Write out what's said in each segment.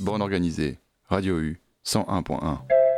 Bande organisée, Radio U, 101.1.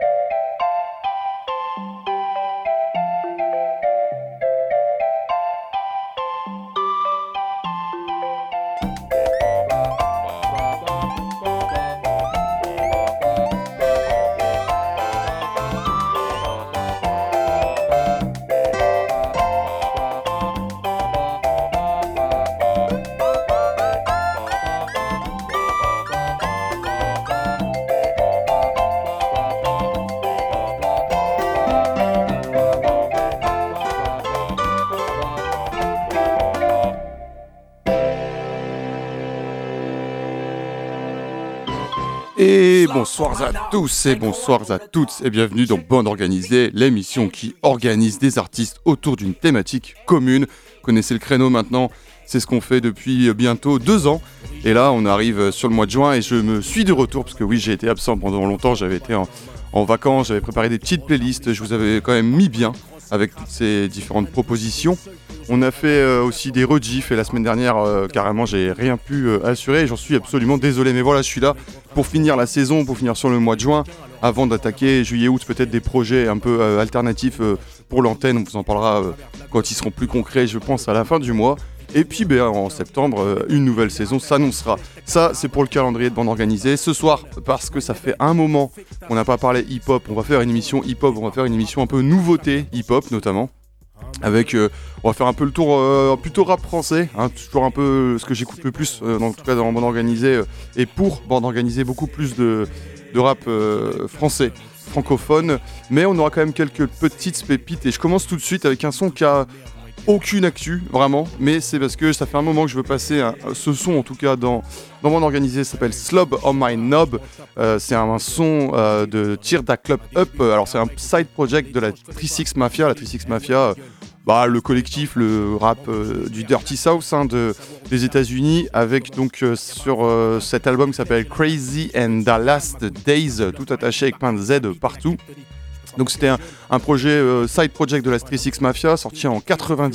Et bonsoir à tous et bonsoir à toutes et bienvenue dans Bande Organisée, l'émission qui organise des artistes autour d'une thématique commune. Vous connaissez le créneau maintenant, c'est ce qu'on fait depuis bientôt 2 ans. Et là on arrive sur le mois de juin et je me suis de retour parce que oui, j'ai été absent pendant longtemps, j'avais été en vacances, j'avais préparé des petites playlists, je vous avais quand même mis bien avec toutes ces différentes propositions. On a fait aussi des rediffs et la semaine dernière, carrément, j'ai rien pu assurer et j'en suis absolument désolé. Mais voilà, je suis là pour finir la saison, pour finir sur le mois de juin, avant d'attaquer juillet-août, peut-être des projets un peu alternatifs pour l'antenne. On vous en parlera quand ils seront plus concrets, je pense, à la fin du mois. Et puis en septembre, une nouvelle saison s'annoncera. Ça, c'est pour le calendrier de Bande Organisée. Ce soir, parce que ça fait un moment qu'on n'a pas parlé hip-hop, on va faire une émission hip-hop, on va faire une émission un peu nouveauté hip-hop notamment. Avec, on va faire un peu le tour plutôt rap français, hein, toujours un peu ce que j'écoute le plus, en tout cas dans Bande Organisée, et pour Bande Organisée, beaucoup plus de rap français, francophone, mais on aura quand même quelques petites pépites, et je commence tout de suite avec un son qui a aucune actu, vraiment, mais c'est parce que ça fait un moment que je veux passer ce son, en tout cas dans Bande Organisée, ça s'appelle Slob on My Knob. C'est un son de Tear That Club Up. Alors c'est un side project de la 36 Mafia. La 36 Mafia, le collectif, le rap du Dirty South des États-Unis, avec donc sur cet album qui s'appelle Crazy and the Last Days, tout attaché avec plein de Z partout. Donc c'était un projet side project de la 36 Mafia, sorti en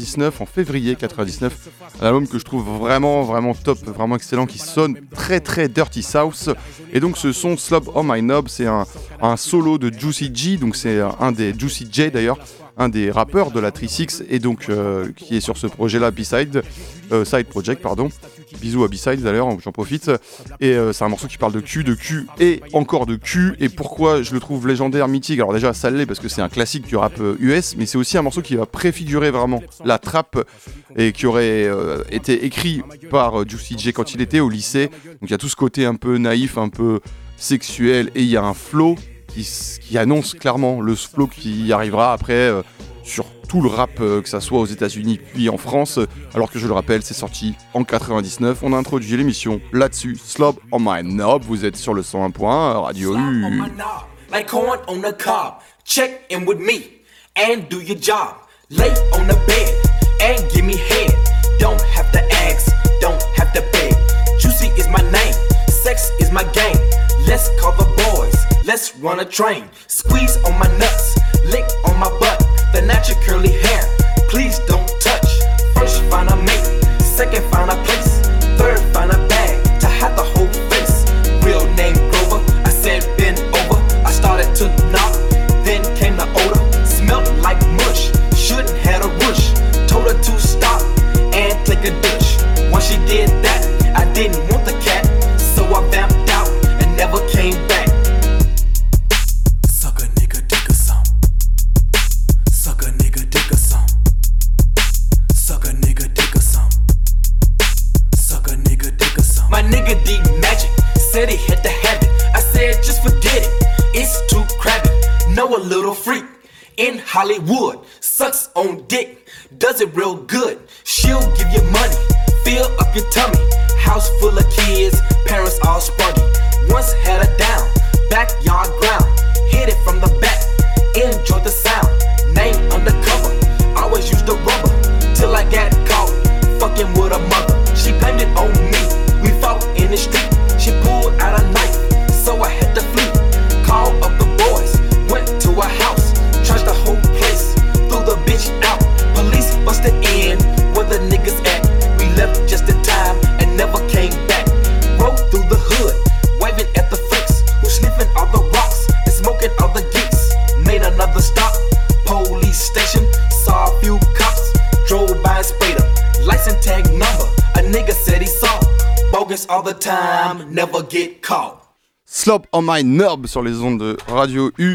février 99, un album que je trouve vraiment top, vraiment excellent, qui sonne très très Dirty South. Et donc ce son Slob on My Knob, c'est un solo de Juicy J, donc c'est un des Juicy J d'ailleurs, un des rappeurs de la 36, et donc qui est sur ce projet-là, side project, pardon. Bisous à B-Side d'ailleurs, j'en profite. Et c'est un morceau qui parle de cul et encore de cul. Et pourquoi je le trouve légendaire, mythique? Alors déjà, ça l'est parce que c'est un classique du rap US, mais c'est aussi un morceau qui va préfigurer vraiment la trappe et qui aurait été écrit par Juicy J quand il était au lycée. Donc il y a tout ce côté un peu naïf, un peu sexuel, et il y a un flow qui annonce clairement le flow qui arrivera après sur tout le rap, que ça soit aux États-Unis puis en France, alors que je le rappelle, c'est sorti en 99. On a introduit l'émission là-dessus. Slob on My Knob, vous êtes sur le 101.1 Radio U. Like corn on the cob, check in with me and do your job. Lay on the bed and give me head. Don't have to ask, don't have to beg. Juicy is my name, sex is my game. Let's call the boys, let's run a train. Squeeze on my nuts, lick on my butt. The natural curly hair, please don't touch. First find a mate, second find a place, third find a bag to hide the whole face. Real name Grover, I said bend over. I started to knock, then came the odor. Smelled like mush, shouldn't had a rush. Told her to stop and take a douche. Once she did that, I didn't want the cat, so I vamped out and never came back. Suck a nigga, dick or some. Suck a nigga, dick or some. Suck a nigga, dick or some. Suck a nigga, dick or some. My nigga D Magic said he had to have it. I said just forget it, it's too crabby. Know a little freak in Hollywood, sucks on dick, does it real good. She'll give you money, fill up your tummy. House full of kids, parents all spruggy. Once had her down, backyard ground. Hit it from the back, enjoy the sound. Name undercover, always used the rubber. Till I got caught, fucking with a mother. She blamed it on me, we fought in the street. She pulled out a knife, so I had to flee. Called up the boys, went to her house. Trashed the whole place, threw the bitch out. Police busted in, where the niggas at. We left just in time and never came back. Broke focus all the time, never get caught. Slop on my nerve sur les ondes de Radio U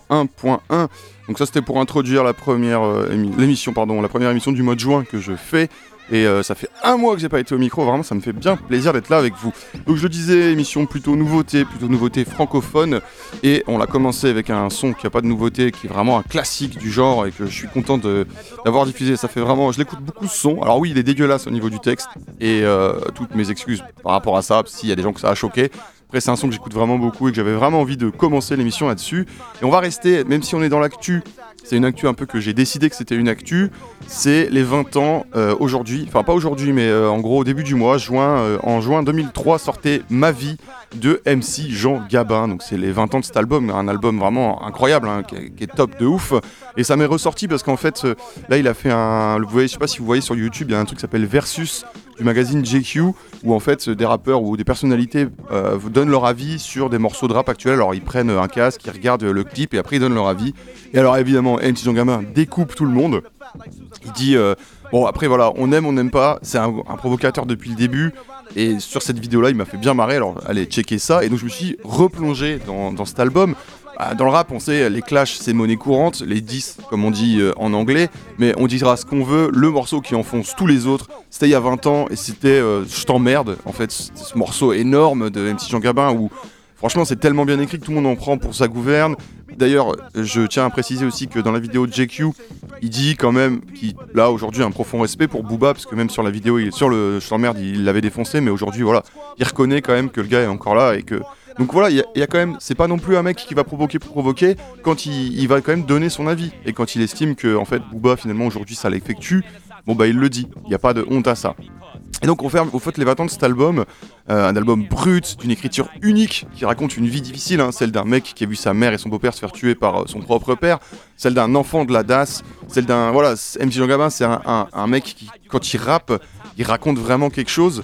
101.1. Donc ça c'était pour introduire la première émission du mois de juin que je fais. Et ça fait un mois que j'ai pas été au micro, vraiment ça me fait bien plaisir d'être là avec vous. Donc je le disais, émission plutôt nouveauté francophone. Et on l'a commencé avec un son qui a pas de nouveauté, qui est vraiment un classique du genre et que je suis content d'avoir diffusé. Ça fait vraiment, je l'écoute beaucoup ce son. Alors oui, il est dégueulasse au niveau du texte et toutes mes excuses par rapport à ça, s'il y a des gens que ça a choqué. Après c'est un son que j'écoute vraiment beaucoup et que j'avais vraiment envie de commencer l'émission là-dessus. Et on va rester, même si on est dans l'actu, c'est une actu un peu que j'ai décidé que c'était une actu, c'est les 20 ans aujourd'hui, enfin pas aujourd'hui mais en gros au début du mois, en juin 2003 sortait Ma Vie de MC Jean Gabin. Donc c'est les 20 ans de cet album, un album vraiment incroyable, hein, qui est top de ouf. Et ça m'est ressorti parce qu'en fait là il a fait je sais pas si vous voyez sur YouTube, il y a un truc qui s'appelle Versus du magazine GQ où en fait des rappeurs ou des personnalités vous donnent leur avis sur des morceaux de rap actuels. Alors ils prennent un casque, ils regardent le clip et après ils donnent leur avis. Et alors évidemment MC Jean Gabin découpe tout le monde. Il dit bon après voilà, on aime, on n'aime pas, c'est un provocateur depuis le début. Et sur cette vidéo là il m'a fait bien marrer, alors allez checker ça. Et donc je me suis replongé dans cet album. Dans le rap, on sait, les clashs, c'est monnaie courante, les diss, comme on dit en anglais, mais on dira ce qu'on veut, le morceau qui enfonce tous les autres, c'était il y a 20 ans, et c'était Je t'emmerde, en fait, ce morceau énorme de MC Jean Gabin, où franchement c'est tellement bien écrit que tout le monde en prend pour sa gouverne. D'ailleurs, je tiens à préciser aussi que dans la vidéo de JQ, il dit quand même qu'il a aujourd'hui un profond respect pour Booba, parce que même sur la vidéo, sur le Je t'emmerde, il l'avait défoncé, mais aujourd'hui, voilà, il reconnaît quand même que le gars est encore là et que... Donc voilà, il y a quand même, c'est pas non plus un mec qui va provoquer pour provoquer, quand il va quand même donner son avis. Et quand il estime que, en fait, Booba, finalement, aujourd'hui, ça l'effectue, bon bah il le dit, il n'y a pas de honte à ça. Et donc on fait les 20 ans de cet album, un album brut, d'une écriture unique, qui raconte une vie difficile, hein, celle d'un mec qui a vu sa mère et son beau-père se faire tuer par son propre père, celle d'un enfant de la DAS, celle d'un... Voilà, MC Jean Gabin, c'est un mec qui, quand il rappe, il raconte vraiment quelque chose.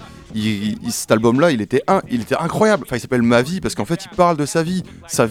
Cet album-là, il était incroyable. Enfin, il s'appelle Ma Vie parce qu'en fait, il parle de sa vie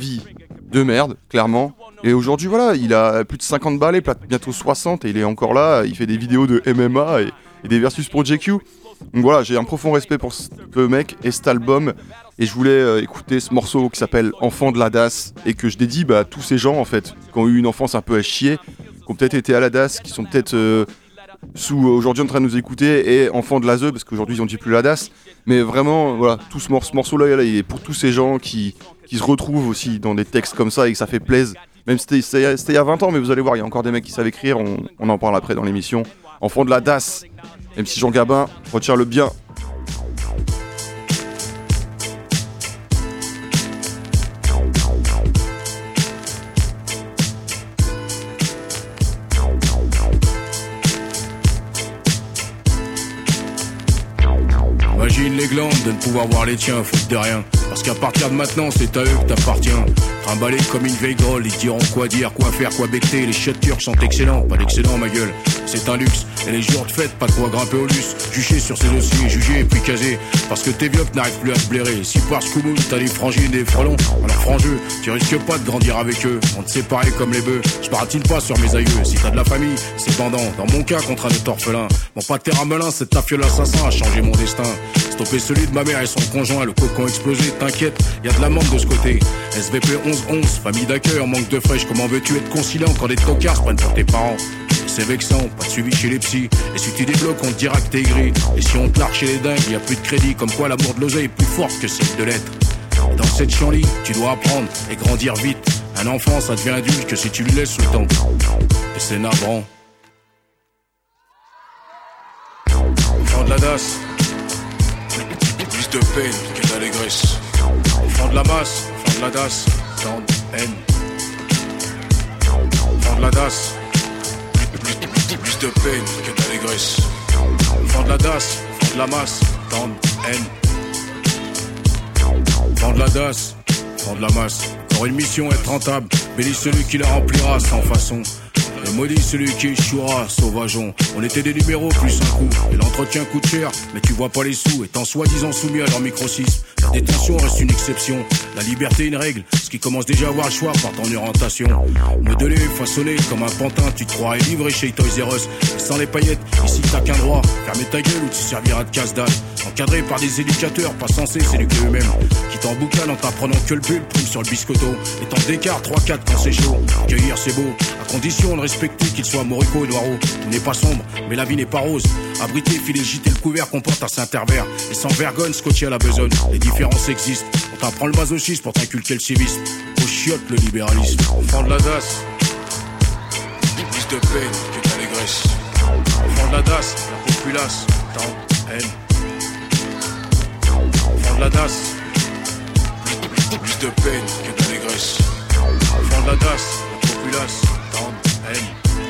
de merde, clairement. Et aujourd'hui, voilà, il a plus de 50 balais, bientôt 60, et il est encore là. Il fait des vidéos de MMA et des versus pour JQ. Donc voilà, j'ai un profond respect pour ce mec et cet album. Et je voulais écouter ce morceau qui s'appelle Enfant de la DAS et que je dédie à tous ces gens, en fait, qui ont eu une enfance un peu à chier, qui ont peut-être été à la DAS, qui sont peut-être... aujourd'hui en train de nous écouter et enfants de la ZE parce qu'aujourd'hui ils ont dit plus la DAS, mais vraiment voilà, tout ce morceau-là il est pour tous ces gens qui se retrouvent aussi dans des textes comme ça et que ça fait plaisir, même c'était il y a 20 ans, mais vous allez voir, il y a encore des mecs qui savent écrire, on en parle après dans l'émission. Enfants de la DAS, MC Jean Gabin, retiens-le bien. Imagine les glandes de ne pouvoir voir les tiens, faute de rien. Parce qu'à partir de maintenant, c'est à eux que t'appartiens. Trimballés comme une vieille grolle, ils diront quoi dire, quoi faire, quoi becter. Les chiottes turcs sont excellents, pas d'excellent ma gueule. C'est un luxe, et les jours de fête, pas de quoi grimper au luxe. Juché sur ses dossiers, jugé et puis casé. Parce que tes vieux n'arrivent plus à te blairer. Si par Scoumoun, t'as des frangines, des frelons, alors frangeux, tu risques pas de grandir avec eux. On te sépare comme les bœufs, je baratine pas sur mes aïeux. Si t'as de la famille, c'est pendant. Dans mon cas, contre un orphelin. Mon pater ramelin, cet tafiole assassin a changé mon destin. Stopper celui de ma mère et son conjoint, le cocon explosé, t'inquiète, y'a de la menthe de ce côté. SVP 1111, famille d'accueil en manque de fraîche, comment veux-tu être conciliant quand des tocards se prennent pour tes parents? C'est vexant, pas de suivi chez les psys. Et si tu débloques, on te dira que t'es gris. Et si on te largue chez les dingues, y'a plus de crédit. Comme quoi l'amour de l'oseille est plus forte que celle de l'être. Dans cette chienlit, tu dois apprendre et grandir vite. Un enfant, ça devient adulte que si tu lui laisses le temps. Et c'est navrant. Enfant de la DAS, plus de peine que d'allégresse. Enfant de la masse, enfant de la DAS, tant de haine. Enfant de la DAS, plus de peine que d'allégresse. Enfant de la DAS, enfant de la masse, tant de haine. Enfant de la DAS, enfant de la masse. Encore une mission être rentable, bénis celui qui la remplira sans façon. Le maudit celui qui échouera, sauvageon. On était des numéros plus un coup, et l'entretien coûte cher, mais tu vois pas les sous, étant soi-disant soumis à leur microcisme. La détention reste une exception, la liberté une règle, ce qui commence déjà à avoir le choix par ton orientation. Modelé, façonné comme un pantin, tu te croirais livré chez Toys R Us. Et sans les paillettes, ici t'as qu'un droit, fermer ta gueule ou tu serviras de casse-dalle. Encadré par des éducateurs, pas censés s'éduquer eux-mêmes, qui t'emboucanent en t'apprenant que le bulle prime sur le biscotto. Et tant d'écart, 3-4 quand c'est chaud, accueillir c'est beau, à condition de respecter qu'il soit morico et noiro. Tout n'est pas sombre, mais la vie n'est pas rose. Abriter, filer, gîter le couvert comporte un Saint-Hervère. Et sans vergogne, scotché à la besogne. Les différences existent. On t'apprend le masochisme pour t'inculquer le civisme. Au chiotte le libéralisme. Enfant de la DAS, fils de peine, que d'allégresse. Enfant de la DAS, la populace, tant haine. Enfant de la DAS, plus de peine que d'allégresse. Enfant de la DAS, la populace, tant haine.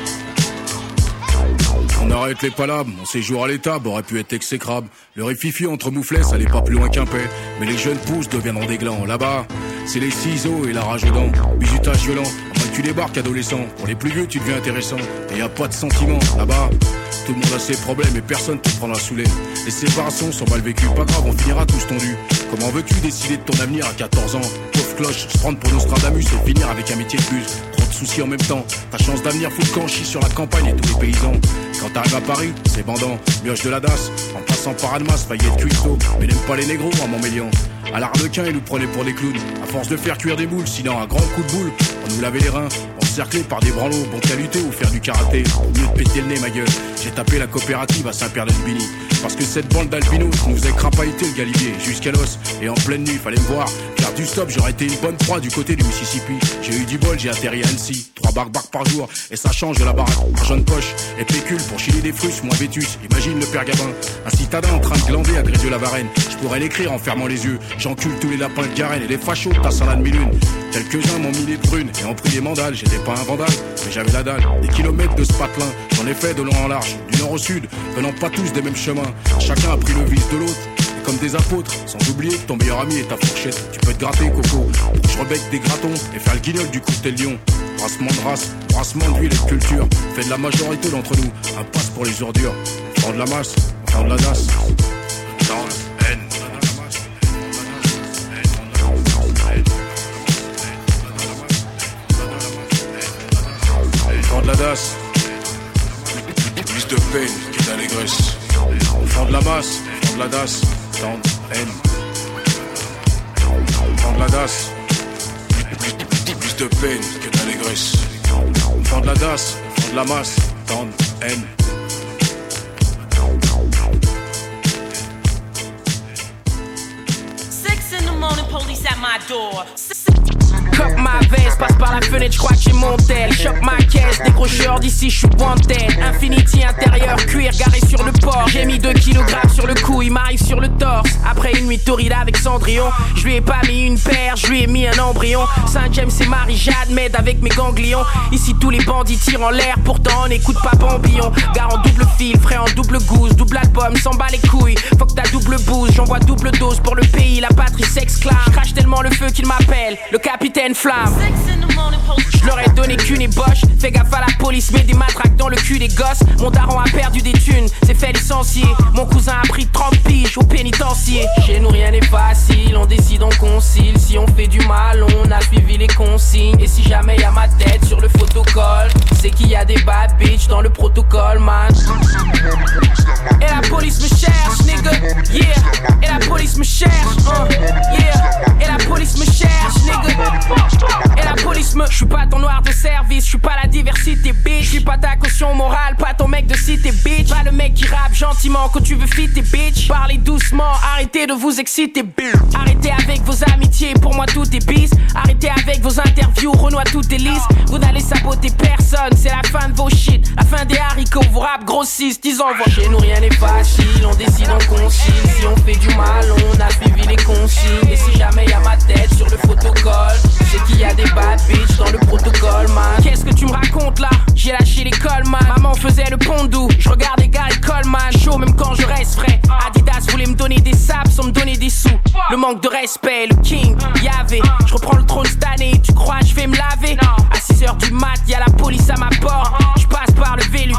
On arrête les palabres, mon séjour à l'étable aurait pu être exécrable. Le réfifi entre mouflets, ça allait pas plus loin qu'un paix. Mais les jeunes pousses deviendront des glands. Là-bas, c'est les ciseaux et la rage aux dents. Bizutage violent, enfin tu débarques adolescent. Pour les plus vieux, tu deviens intéressant. Et y a pas de sentiment. Là-bas, tout le monde a ses problèmes et personne te prendra sous les. Les séparations sont mal vécues, pas grave, on finira tous tondus. Comment veux-tu décider de ton avenir à 14 ans? Pauvre cloche, se prendre pour Nostradamus et finir avec un métier de buse. Trop de soucis en même temps, ta chance d'avenir fout le camp, chie sur la campagne et tous les paysans. Quand t'arrives à Paris, c'est bandant, mioche de la DAS, en passant par Annemasse, Fayette, Cuito, mais n'aime pas les négros en Montmélian. À l'Arlequin, ils nous prenaient pour des clowns, à force de faire cuire des moules, sinon un grand coup de boule, on nous lavait les reins, encerclés par des branlots, bon qu'à lutter ou faire du karaté, au mieux de péter le nez ma gueule, j'ai tapé la coopérative à Saint-Pierre-d'Albini, parce que cette bande d'albinos nous faisait crapahuter le galibier, jusqu'à l'os, et en pleine nuit, fallait me voir, faire du stop, j'aurais été une bonne proie du côté du Mississippi, j'ai eu du bol, j'ai atterri à Annecy, 3 barques par jour, et ça change de la baraque, argent de poche, et pécule pour chiller des frusses, moins vétus, imagine le père Gabin, un citadin en train de glander à Grédieu-la-Varenne, je pourrais l'écrire en fermant les yeux, j'encule tous les lapins de Garenne et les fachos passant la demi-lune, quelques-uns m'ont mis des prunes et ont pris des mandales, j'étais pas un vandale, mais j'avais la dalle, des kilomètres de ce patelin, j'en ai fait de long en large, du nord au sud, venant pas tous des mêmes chemins, chacun a pris le vice de l'autre, et comme des apôtres, sans oublier que ton meilleur ami est ta fourchette, tu peux te gratter coco, pour que je rebecque des gratons et faire le guignol du coup de lion. Brassement de race, brassement d'huile et de culture, fait de la majorité d'entre nous un passe pour les ordures. Enfant de la masse, enfant de la DAS, dans haine. Enfant de la DAS, plus de peine que d'allégresse. Enfant de la masse, enfant de la DAS, dans haine. Enfant de la DAS, plus de peine que d'allégresse. Enfant de la DAS, enfant de la masse, tant de haine. Police at my door. Cop ma veste, passe par la fenêtre, j'crois que j'ai mon tel. Chope ma caisse, décrocheur d'ici, j'suis wanted. Infinity intérieur, cuir garé sur le port. J'ai mis 2 kilogrammes sur le cou, il m'arrive sur le torse. Après une nuit torride avec Cendrillon, j'lui ai pas mis une paire, j'lui ai mis un embryon. Saint-James et Marie-Jade m'aident avec mes ganglions. Ici tous les bandits tirent en l'air, pourtant on n'écoute pas Bambillon. Gare en double fil, frais en double gousse, double album, s'en bat les couilles. Faut que ta double bouse, j'envoie double dose pour le pays, la patrie s'exclame. J'crache tellement le feu qu'il m'appelle, le capitaine Flamme. Je leur ai donné qu'une ébauche. Fais gaffe à la police, mets des matraques dans le cul des gosses. Mon daron a perdu des thunes, s'est fait licencier. Mon cousin a pris 30 piges au pénitencier. Chez nous rien n'est facile, on décide, on concile. Si on fait du mal, on a suivi les consignes. Et si jamais y'a ma tête sur le photocall, c'est qu'il y a des bad bitches dans le protocole, man. Et la police me cherche, nigga, yeah. Et la police me cherche, yeah. Et la police me cherche, nigga. Et la police me... J'suis pas ton noir de service, j'suis pas la diversité, bitch. J'suis pas ta caution morale, pas ton mec de cité, bitch. Pas le mec qui rappe gentiment quand tu veux fitter, bitch. Parlez doucement, arrêtez de vous exciter, bitch. Arrêtez avec vos amitiés, pour moi tout est bis. Arrêtez avec vos interviews, Renoir tout est lisse. Vous n'allez saboter personne, c'est la fin de vos shit. La fin des haricots, vos rap grossissent, disons vos... Chez nous rien n'est facile, on décide, on concile. Si on fait du mal, on a suivi les consignes. Et si jamais y'a ma tête sur le photocall, c'est qu'il y a des bad bitch dans le protocole, man. Qu'est-ce que tu me racontes là? J'ai lâché l'école, man. Maman faisait le pondou, je regardais Gary Coleman. Chaud même quand je reste frais. Adidas voulait me donner des saps sans me donner des sous. Le manque de respect, le king, y'avait. Je reprends le trône cette année, tu crois je vais me laver? À 6h du mat, y'a la police à ma porte. Je passe par le Vélux, je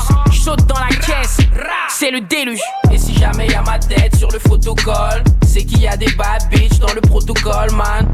saute dans la caisse, c'est le déluge. Et si jamais y'a ma tête sur le photocall, c'est qu'il y a des bad bitch dans le protocole, man.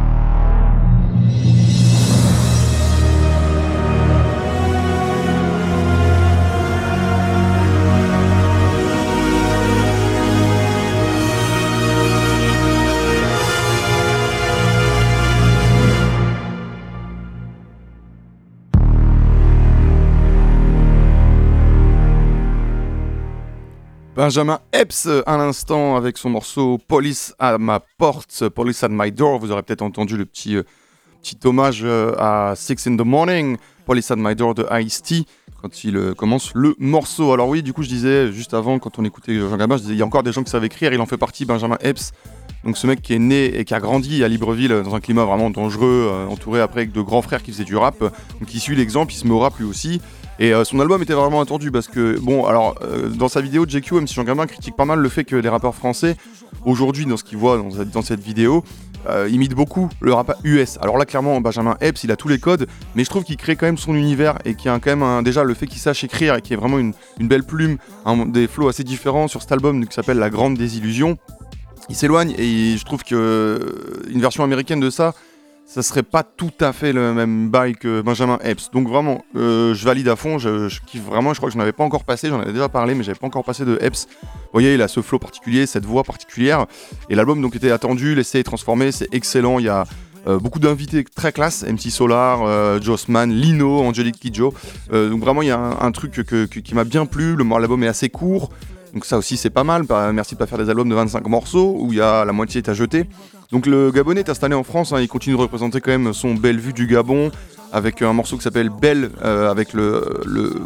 Benjamin Epps à l'instant avec son morceau Police à ma porte, Police at my door. Vous aurez peut-être entendu le petit hommage à 6 in the morning, Police at my door de Ice-T quand il commence le morceau. Alors oui, du coup je disais juste avant quand on écoutait Jean Gabin, je disais il y a encore des gens qui savent écrire, il en fait partie, Benjamin Epps. Donc ce mec qui est né et qui a grandi à Libreville dans un climat vraiment dangereux, entouré après de grands frères qui faisaient du rap, donc il suit l'exemple, il se met au rap lui aussi. Et son album était vraiment attendu parce que, bon, alors, dans sa vidéo, JQ, MC Jean Gabin critique pas mal le fait que les rappeurs français, aujourd'hui, dans ce qu'il voit dans cette vidéo, imitent beaucoup le rap US. Alors là, clairement, Benjamin Epps, il a tous les codes, mais je trouve qu'il crée quand même son univers et qu'il y a quand même déjà le fait qu'il sache écrire et qu'il y ait vraiment une belle plume, des flows assez différents sur cet album qui s'appelle La Grande Désillusion. Il s'éloigne et je trouve qu'une version américaine de ça serait pas tout à fait le même bail que Benjamin Epps. Donc vraiment, je valide à fond, je kiffe vraiment, je crois que je n'en avais pas encore passé, j'en avais déjà parlé, mais j'avais pas encore passé de Epps. Vous voyez, il a ce flow particulier, cette voix particulière, et l'album donc était attendu, l'essai est transformé, c'est excellent, il y a beaucoup d'invités très classe, MC Solar, Jossman, Lino, Angelique Kidjo, donc vraiment il y a un truc qui m'a bien plu, l'album est assez court, donc ça aussi c'est pas mal, merci de pas faire des albums de 25 morceaux où il y a la moitié est à jeter. Donc le Gabonais est installé en France, il continue de représenter quand même son Belle Vue du Gabon avec un morceau qui s'appelle Belle avec le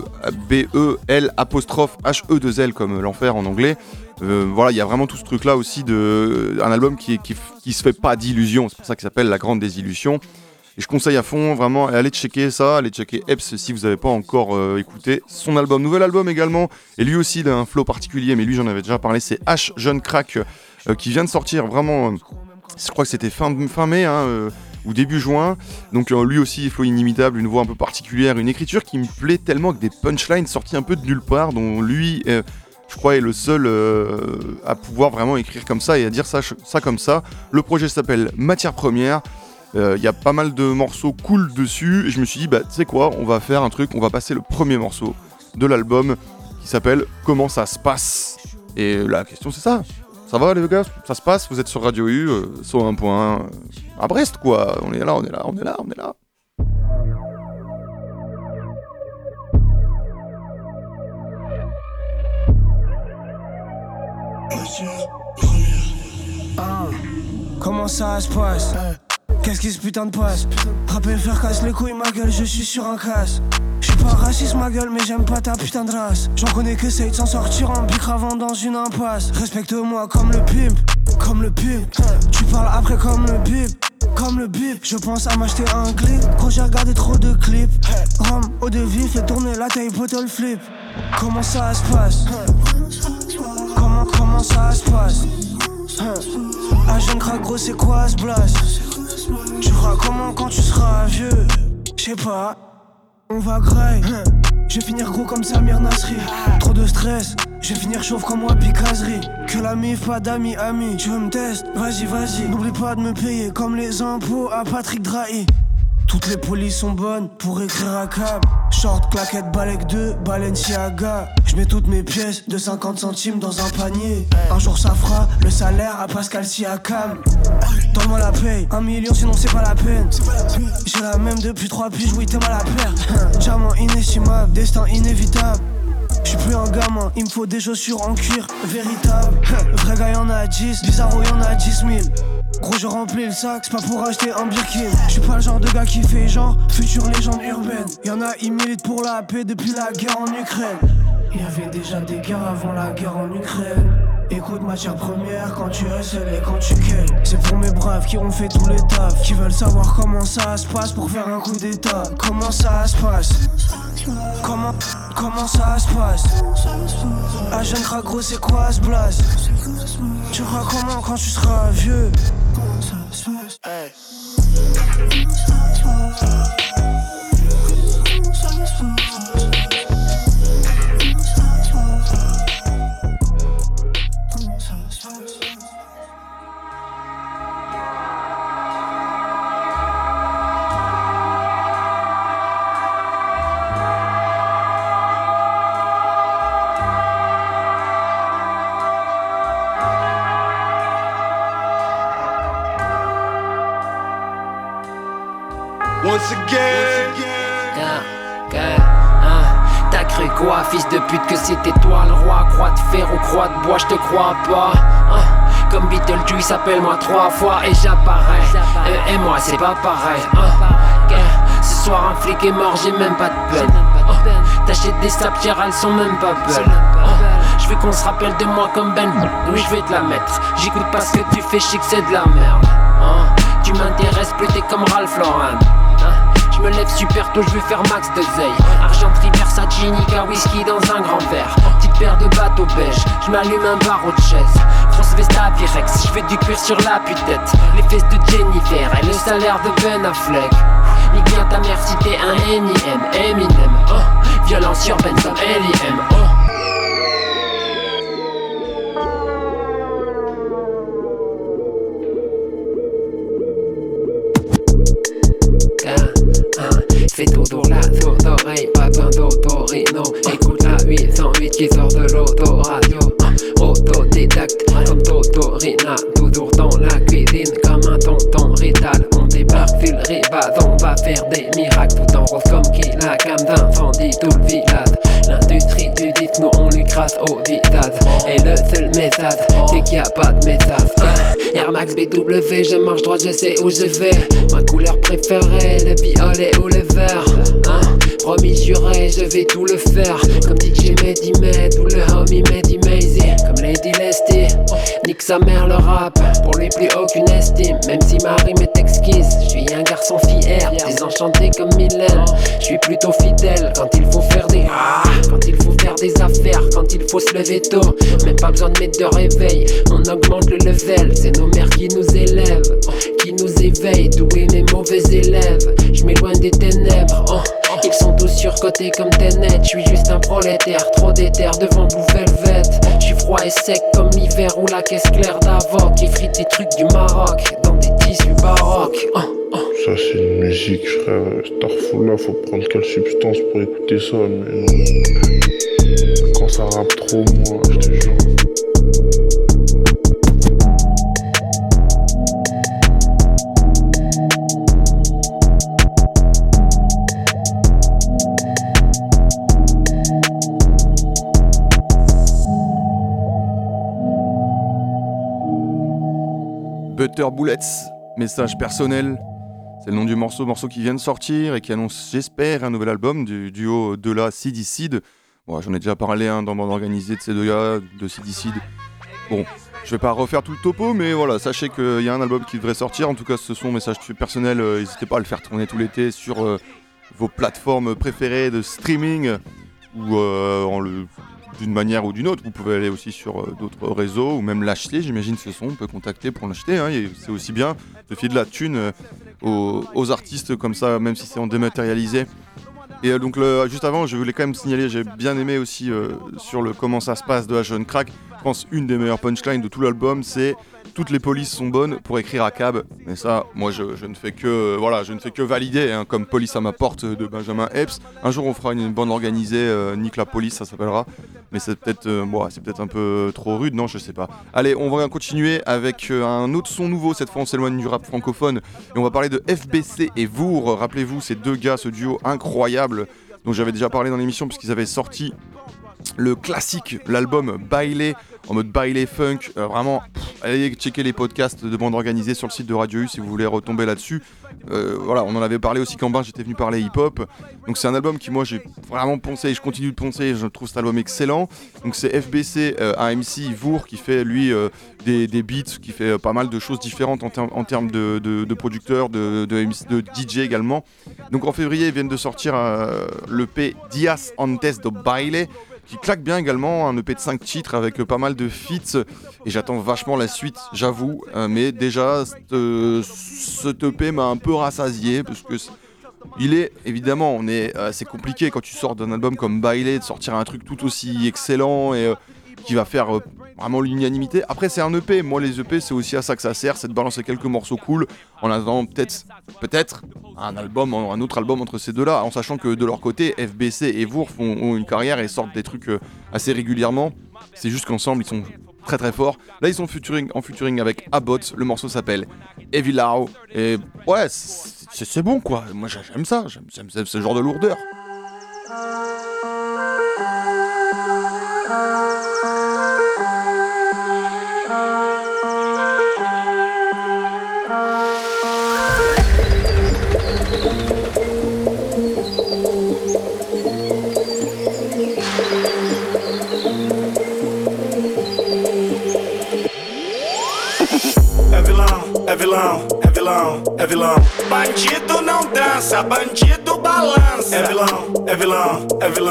B-E-L apostrophe H-E-2-L comme l'enfer en anglais. Voilà, il y a vraiment tout ce truc là aussi un album qui se fait pas d'illusions, c'est pour ça qu'il s'appelle La Grande Désillusion. Et je conseille à fond, vraiment, allez checker ça, allez checker Epps si vous n'avez pas encore écouté son album. Nouvel album également, et lui aussi il a un flow particulier, mais lui j'en avais déjà parlé, c'est H Jeune Crack qui vient de sortir vraiment, je crois que c'était fin mai ou début juin. Donc lui aussi flow inimitable, une voix un peu particulière, une écriture qui me plaît tellement avec des punchlines sorties un peu de nulle part, dont lui... je crois est le seul à pouvoir vraiment écrire comme ça et à dire ça comme ça. Le projet s'appelle Matière Première. Il y a pas mal de morceaux cool dessus et je me suis dit tu sais quoi, on va faire un truc, on va passer le premier morceau de l'album qui s'appelle Comment ça se passe. Et la question c'est ça va les gars, ça se passe, vous êtes sur Radio U, sur un point à Brest quoi, on est là. Comment ça se passe? Qu'est-ce qui se putain de passe? Rapper, faire casse les couilles, ma gueule, je suis sur un casse. J'suis pas raciste, ma gueule, mais j'aime pas ta putain de race. J'en connais que essaye de s'en sortir en bicravant dans une impasse. Respecte-moi comme le pimp. Tu parles après comme le bip. Je pense à m'acheter un clip quand j'ai regardé trop de clips. Rome, eau de vie, fait tourner la taille, bottle flip. Comment ça se passe? Comment ça se passe? Ah, jeune crack gros, c'est quoi ce blast? Tu feras comment quand tu seras vieux? J'sais pas, on va graille. Je vais finir gros comme Samir Nasri. Trop de stress, je vais finir chauve comme moi Picaserie. Que la mif, pas d'amis, tu veux me tester? Vas-y, n'oublie pas de me payer comme les impôts à Patrick Drahi. Toutes les polices sont bonnes pour écrire à cab. Short, claquette, balèque 2, Balenciaga. J'mets toutes mes pièces de 50 centimes dans un panier. Un jour ça fera le salaire à Pascal Siakam. Donne-moi la paye, 1 million sinon c'est pas la peine. J'ai la même depuis 3 piges, oui t'es mal à perdre. Diamant inestimable, destin inévitable. J'suis plus un gamin, il me faut des chaussures en cuir véritable. Vrai gars y'en a 10, bizarro y'en a 10 000. Gros je remplis le sac, c'est pas pour acheter un Birkin. J'suis pas le genre de gars qui fait genre future légende urbaine. Y'en a ils militent pour la paix depuis la guerre en Ukraine. Y'avait déjà des guerres avant la guerre en Ukraine. Écoute matière première quand tu hustles et quand tu ken. C'est pour mes braves qui ont fait tous les tafs, qui veulent savoir comment ça se passe pour faire un coup d'état. Comment ça se passe? Comment ça se passe? Ah jeune crack gros c'est quoi ce blast? Tu feras comment quand tu seras vieux? Comment ça se passe? Hey. Comment ça se passe? once again. T'as cru quoi, fils de pute, que c'était toi le roi? Croix de fer ou croix de bois, je te crois pas. Comme Beetlejuice, appelle-moi 3 fois et j'apparais. Et moi, c'est pas pareil. Ce soir, un flic est mort, j'ai même pas de peine. T'achètes des saphirs, elles sont même pas belles. Je veux qu'on se rappelle de moi comme Ben. Oui, je vais te la mettre. J'écoute pas ce que tu fais, je sais que c'est de la merde. Tu m'intéresses plus, t'es comme Ralph Lauren. Je me lève super tôt, je veux faire max de zeille. Argenterie, Versace, Nika, whisky dans un grand verre. Petite paire de bateaux beige, je m'allume un barreau de chaise. Grosse veste à Pyrex, je fais du cuir sur la putette. Les fesses de Jennifer et le salaire de Ben Affleck. Nique bien ta mère si t'es un NIM, Eminem. Violence urbaine comme LIM. Fais tout tour là, tour d'oreille, pas besoin d'autorino. Écoute la 808 qui sort de l'autoradio. Autodidacte comme Totorina, toujours dans la cuisine comme un tonton Rital. On débarque sur le ribad, on va faire des miracles. Tout en rose comme qui la cam d'incendie tout le village. L'industrie du disque, nous on lui crasse au visage. Et le seul message, c'est qu'il n'y a pas de message. Air Max BW, je marche droit, je sais où je vais. Ma couleur préférée, le violet ou le vert. Promis juré, je vais tout le faire. Comme DJ Mehdi Med ou le homie Mehdi Maisy. Comme Lady Lesty, nique sa mère le rap. Pour lui plus aucune estime, même si ma rime est exquise. Je suis un garçon fier, désenchanté comme Mylène. Je suis plutôt fidèle quand il faut faire des quand il faut faire des affaires, quand il faut se lever tôt. Même pas besoin de mettre de réveil, on augmente le level. C'est nos mères qui nous élèvent, qui nous éveillent, doués mes mauvais élèves. Je m'éloigne des ténèbres, ils sont tous surcotés comme Tenet. Je suis juste un prolétaire, trop déter devant Blue Velvet. Je suis froid et sec comme l'hiver ou la caisse claire d'Avoc. Qui frite des trucs du Maroc, dans des tissus baroques. Ça c'est une musique frère, Starfall là faut prendre quelle substance pour écouter ça, mais non. Quand ça rappe trop moi, je te jure. Butter Bullets, message personnel. C'est le nom du morceau qui vient de sortir et qui annonce, j'espère, un nouvel album du duo Dela Sidi Seed. Bon, j'en ai déjà parlé dans Bande Organisée de ces deux gars, de Sidi Seed. Bon, je vais pas refaire tout le topo, mais voilà, sachez qu'il y a un album qui devrait sortir. En tout cas, ce sont messages personnels. N'hésitez pas à le faire tourner tout l'été sur vos plateformes préférées de streaming ou d'une manière ou d'une autre. Vous pouvez aller aussi sur d'autres réseaux ou même l'acheter, j'imagine ce son, on peut contacter pour l'acheter, hein, c'est aussi bien de filer de la thune aux artistes comme ça, même si c'est en dématérialisé. Et donc juste avant, je voulais quand même signaler, j'ai bien aimé aussi sur le Comment ça se passe de la Jeune Crack. Je pense une des meilleures punchlines de tout l'album, c'est toutes les polices sont bonnes pour écrire à cab. Mais ça, moi je ne fais que valider, hein, comme Police à ma porte de Benjamin Epps. Un jour on fera une bande organisée, Nique la police, ça s'appellera. Mais c'est peut-être un peu trop rude, non, je sais pas. Allez, on va continuer avec un autre son nouveau. Cette fois on s'éloigne du rap francophone et on va parler de FBC et Vour. Rappelez-vous, ces deux gars, ce duo incroyable dont j'avais déjà parlé dans l'émission puisqu'ils avaient sorti le classique, l'album Bailey, en mode Bailey funk, vraiment, allez checker les podcasts de Bande Organisée sur le site de Radio U si vous voulez retomber là-dessus. Voilà, on en avait parlé aussi quand j'étais venu parler hip-hop. Donc c'est un album qui moi j'ai vraiment poncé et je continue de poncer, je trouve cet album excellent. Donc c'est FBC, AMC, Vour qui fait lui des beats, qui fait pas mal de choses différentes en termes de producteurs, de DJ également. Donc en février ils viennent de sortir l'EP Dias Antes do Baile, qui claque bien également, un EP de 5 titres avec pas mal de feats, et j'attends vachement la suite, j'avoue, mais déjà, cet EP m'a un peu rassasié, parce que il est, évidemment, c'est compliqué quand tu sors d'un album comme Bailey, de sortir un truc tout aussi excellent, et qui va faire vraiment l'unanimité. Après c'est un EP, moi les EP c'est aussi à ça que ça sert, c'est de balancer quelques morceaux cool, en attendant peut-être un autre album entre ces deux-là, en sachant que de leur côté, FBC et Vour ont une carrière et sortent des trucs assez régulièrement. C'est juste qu'ensemble ils sont très très forts. Là ils sont en featuring avec Abbott, le morceau s'appelle Evil Lao, et ouais, c'est bon quoi. Moi j'aime ça, j'aime ce genre de lourdeur. É vilão. Bandido não dança, bandido balança. É vilão.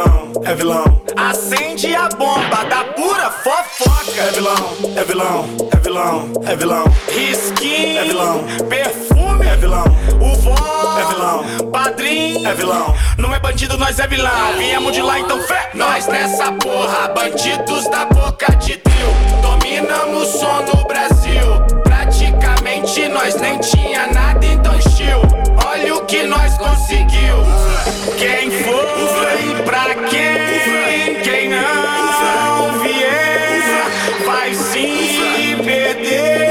Acende a bomba da pura fofoca. É vilão. Risquinho, é vilão. Perfume, é vilão. O vó, é vilão. Padrinho, é vilão. Não é bandido, nós é vilão. Viemos de lá, então fé. Nós nessa porra, bandidos da boca de trio. Dominamos o som no Brasil. Praticamente nós nem tinha nada, então estilo. Olha o que nós conseguiu. Quem foi pra quem não vier vai se perder.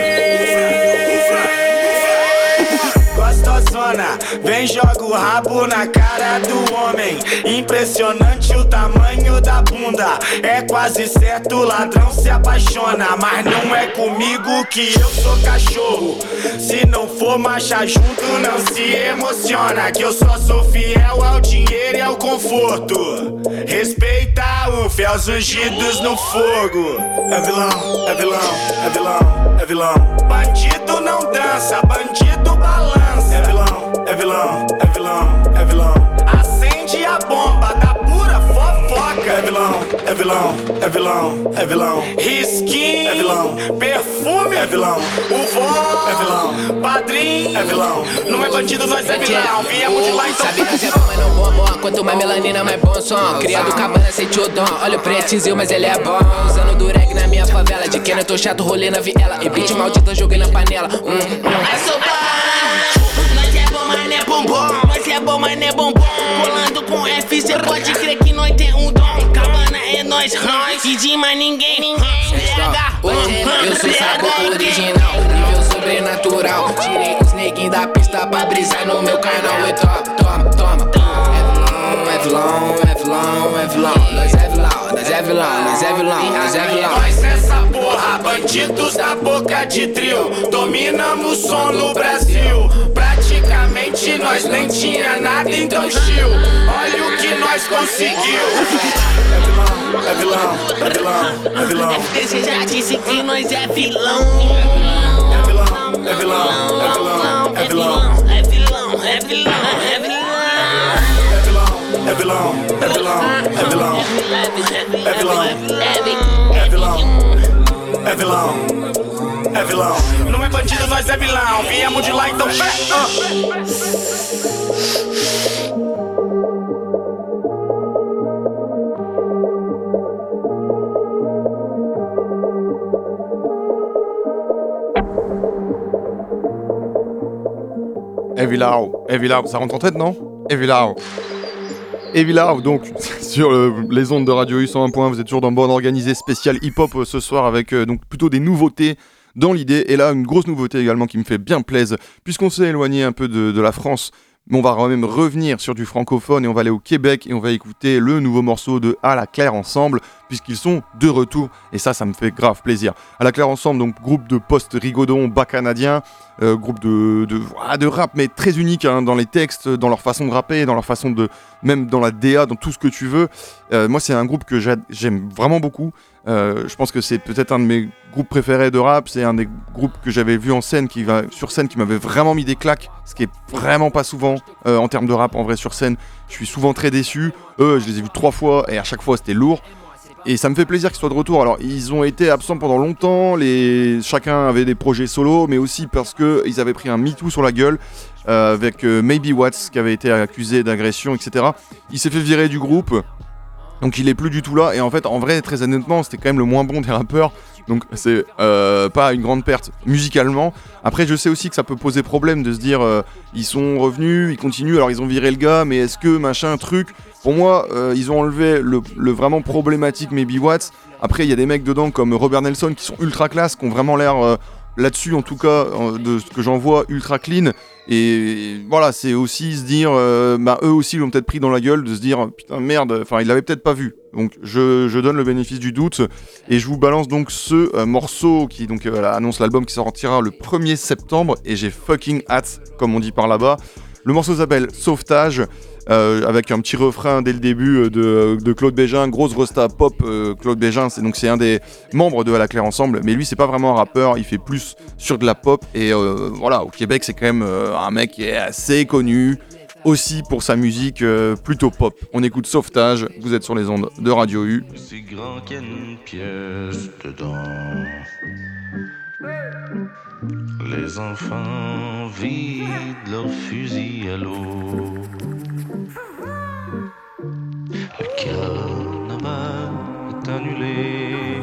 Gostosona, vem joga o rabo na cara do homem. Impressionante o tamanho da bunda. É quase certo, o ladrão se apaixona. Mas não é comigo que eu sou cachorro. Se não for marchar junto, não se emociona. Que eu só sou fiel ao dinheiro e ao conforto. Respeita o fé aos ungidos no fogo. É vilão, é vilão, é vilão, é vilão. Bandido não dança, bandido balança. É vilão, é vilão, é vilão, é vilão. Acende a bomba da pura fofoca. É vilão, é vilão, é vilão, é vilão. Risquinho, é vilão. Perfume, é vilão. O vó, é vilão. Padrinho, é vilão. Não é bandido, nós é vilão. Viemos de lá, então. Sabe fazer bom, mas não bombom. Quanto mais melanina, mais bom som. Criado cabana, sente o dom. Olha o preciso, mas ele é bom. Usando dureg na minha favela. De quem eu tô chato, rolê na viela. E beat maldito, joguei na panela. É sopa. Mas não é bombom, mas é bom, mas não é bombom. Colando com F, cê pode crer que nós tem um dom. Cabana é nós, e de mais ninguém. Eu sou sabor original, nível sobrenatural. Tirei os neguinhos da pista pra brisar no meu canal. E toma. É vilão. Nós é vilão. Nós nessa porra, bandidos da boca de trio. Dominamos o som no Brasil. Praticamente nós nem tinha nada, então chill. Olha o que nós conseguiu. É vilão. FTC já disse que nós é vilão. É vilão. É vilão. Não é bandido, nós é vilão. Viemos de lá, então fé. Evilao, ça rentre en tête, non? Evilao, donc, sur les ondes de Radio U 101.1, vous êtes toujours dans Bande Organisée spécial hip-hop ce soir avec donc plutôt des nouveautés dans l'idée. Et là, une grosse nouveauté également qui me fait bien plaisir, puisqu'on s'est éloigné un peu de la France, mais on va quand même revenir sur du francophone et on va aller au Québec et on va écouter le nouveau morceau de À la Claire Ensemble, puisqu'ils sont de retour et ça me fait grave plaisir. À la Claire Ensemble, donc groupe de post-rigodon bas canadien, groupe de rap mais très unique dans les textes, dans leur façon de rapper, dans leur façon de, même dans la DA, dans tout ce que tu veux. Moi c'est un groupe que j'aime vraiment beaucoup. Je pense que c'est peut-être un de mes groupes préférés de rap, c'est un des groupes que j'avais vu sur scène qui m'avait vraiment mis des claques, ce qui est vraiment pas souvent en termes de rap en vrai sur scène. Je suis souvent très déçu, je les ai vus 3 fois et à chaque fois c'était lourd. Et ça me fait plaisir qu'ils soient de retour. Alors ils ont été absents pendant longtemps, chacun avait des projets solo, mais aussi parce qu'ils avaient pris un MeToo sur la gueule avec Maybe Watts qui avait été accusé d'agression, etc. Il s'est fait virer du groupe, donc il est plus du tout là. Et en fait, en vrai, très honnêtement, c'était quand même le moins bon des rappeurs. Donc c'est pas une grande perte musicalement. Après je sais aussi que ça peut poser problème de se dire ils sont revenus, ils continuent, alors ils ont viré le gars, mais est-ce que machin truc. Pour moi ils ont enlevé le vraiment problématique Maybe Watts. Après il y a des mecs dedans comme Robert Nelson qui sont ultra classe, qui ont vraiment l'air là-dessus en tout cas, de ce que j'en vois, ultra clean. Et voilà, c'est aussi se dire, eux aussi l'ont peut-être pris dans la gueule, de se dire putain merde, enfin ils l'avaient peut-être pas vu. Donc je donne le bénéfice du doute et je vous balance donc ce morceau qui donc annonce l'album qui sortira le 1er septembre et j'ai fucking hâte, comme on dit par là-bas. Le morceau s'appelle Sauvetage. Avec un petit refrain dès le début de Claude Bégin, grosse resta pop. Claude Bégin, c'est un des membres de À la Claire Ensemble, mais lui c'est pas vraiment un rappeur, il fait plus sur de la pop et voilà, au Québec c'est quand même un mec qui est assez connu aussi pour sa musique plutôt pop. On écoute Sauvetage, vous êtes sur les ondes de Radio U. C'est grand qu'il y a une pièce dedans. Les enfants vident leurs fusils à l'eau. Le carnaval est annulé.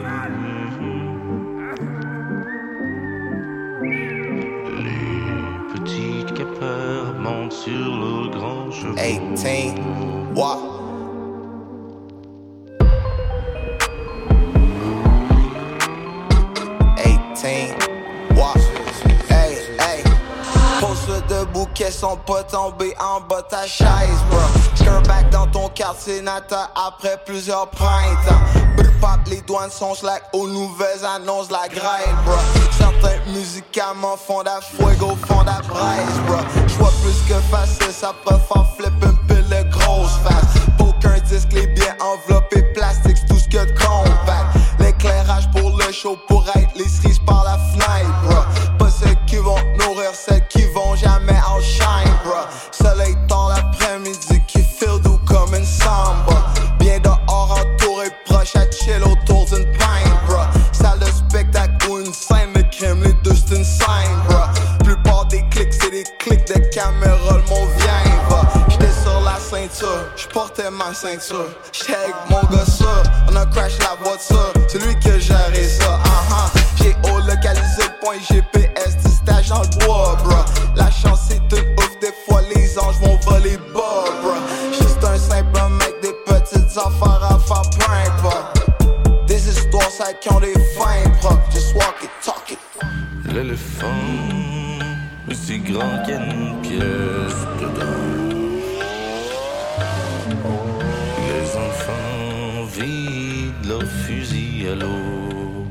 Les petites capeurs montent sur le grand cheval. 18, what? Pose-le debout, qu'elles sont pas tombées en bas ta chaise, bro. Back dans ton quartier natal après plusieurs printemps. Pop, les douanes sont slack aux nouvelles annonces la grève, bro. Certains médicaments font la fuego, font la braise, bro. J'vois plus que facile, ça préfère flip un peu le grosse face. Aucun disque, les biens enveloppés plastique, c'est tout ce que de compact. L'éclairage pour le show, pour être les cerises par la fenêtre, bro. Pas celles qui vont nourrir, celles qui vont jamais outshine, bro. Soleil dans l'après-midi qui feel doux comme une samba. Bien dehors entouré, proche à chill autour d'une pinte, bro. Salle de spectacle ou une scène de crime, les deux c'est une scène, bro. Plupart des clics c'est des clics de caméra, le mot vient, va. J'étais sur la ceinture, j'portais ma ceinture. J'étais avec mon gars ça, on a crash la voiture. C'est lui que gérait ça, J'ai localisé le point GPS du stage dans le bois, bro. La chance c'est tout ouf, des fois les anges vont voler bas, bro. Juste un simple mec, des petites affaires à faire print, des histoires ça qui ont des fins propres. Just walk it, talk it. L'éléphant est si grand qu'il y a une pièce dedans. Les enfants vident leurs fusils à l'eau.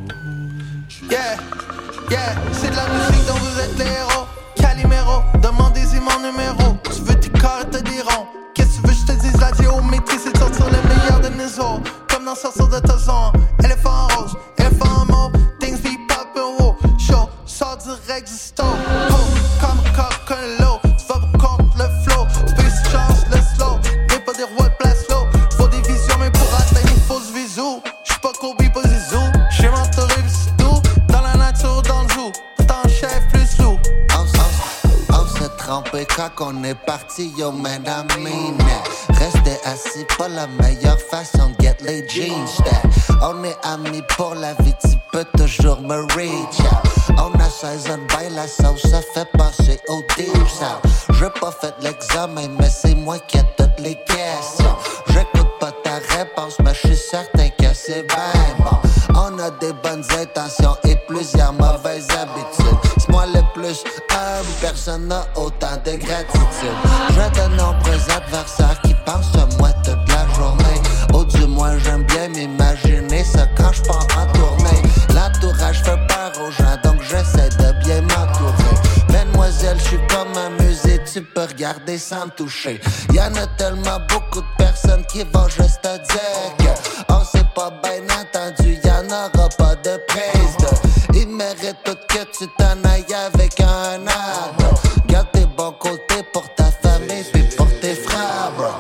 Yeah, c'est de la musique dont vous êtes les héros. Calimero, demandez-y mon numéro. Tu veux tes corps, te diront. Qu'est-ce que tu veux, je te dise la géométrie, c'est de sortir le meilleur de nos os. Comme dans sortir de ta zone. Éléphant rose, éléphant mauve. Things be poppin' wow. Show, sort direct du stove. Comme un coq, un lot. Tu vas pour contre le flow. Space chance, le slow. N'est pas des rois de place low. Faut des visions, mais pour atteindre, il faut ce visou. J'suis pas Kobe, pas Zizou. J'suis mentoré, c'est tout. Dans la nature, dans le zoo. Tant chef, plus loup. On s'est trompé quand on est parti, yo man, I mean it. Rester assis, pas la meilleure façon de get les jeans stack. On est amis pour la vie, tu peux toujours me reach out. On a 16 ans, by la sauce, ça fait passer au deep south. J'ai pas fait l'examen, mais c'est moi qui ai toutes les questions. J'écoute pas ta réponse, mais j'suis certain que c'est bien bon. On a des bonnes intentions et plusieurs mauvaises habitudes. C'est moi le plus humble, personne n'a autant de gratitude. J'ai de nombreux adversaires qui pensent à moi toute la journée. Ou du moins j'aime bien m'imaginer ça quand je pars en tournée. L'entourage fait peur aux gens, donc j'essaie de bien m'entourer. Mademoiselle, je suis comme un musée, tu peux regarder sans me toucher. Y'en a tellement beaucoup de personnes qui vont juste te dire que on s'est pas bien entendu, y'en aura pas de prise. Ils méritent tout que tu t'en ailles avec un arbre. Garde tes bons côtés pour ta famille puis pour tes frères, bro.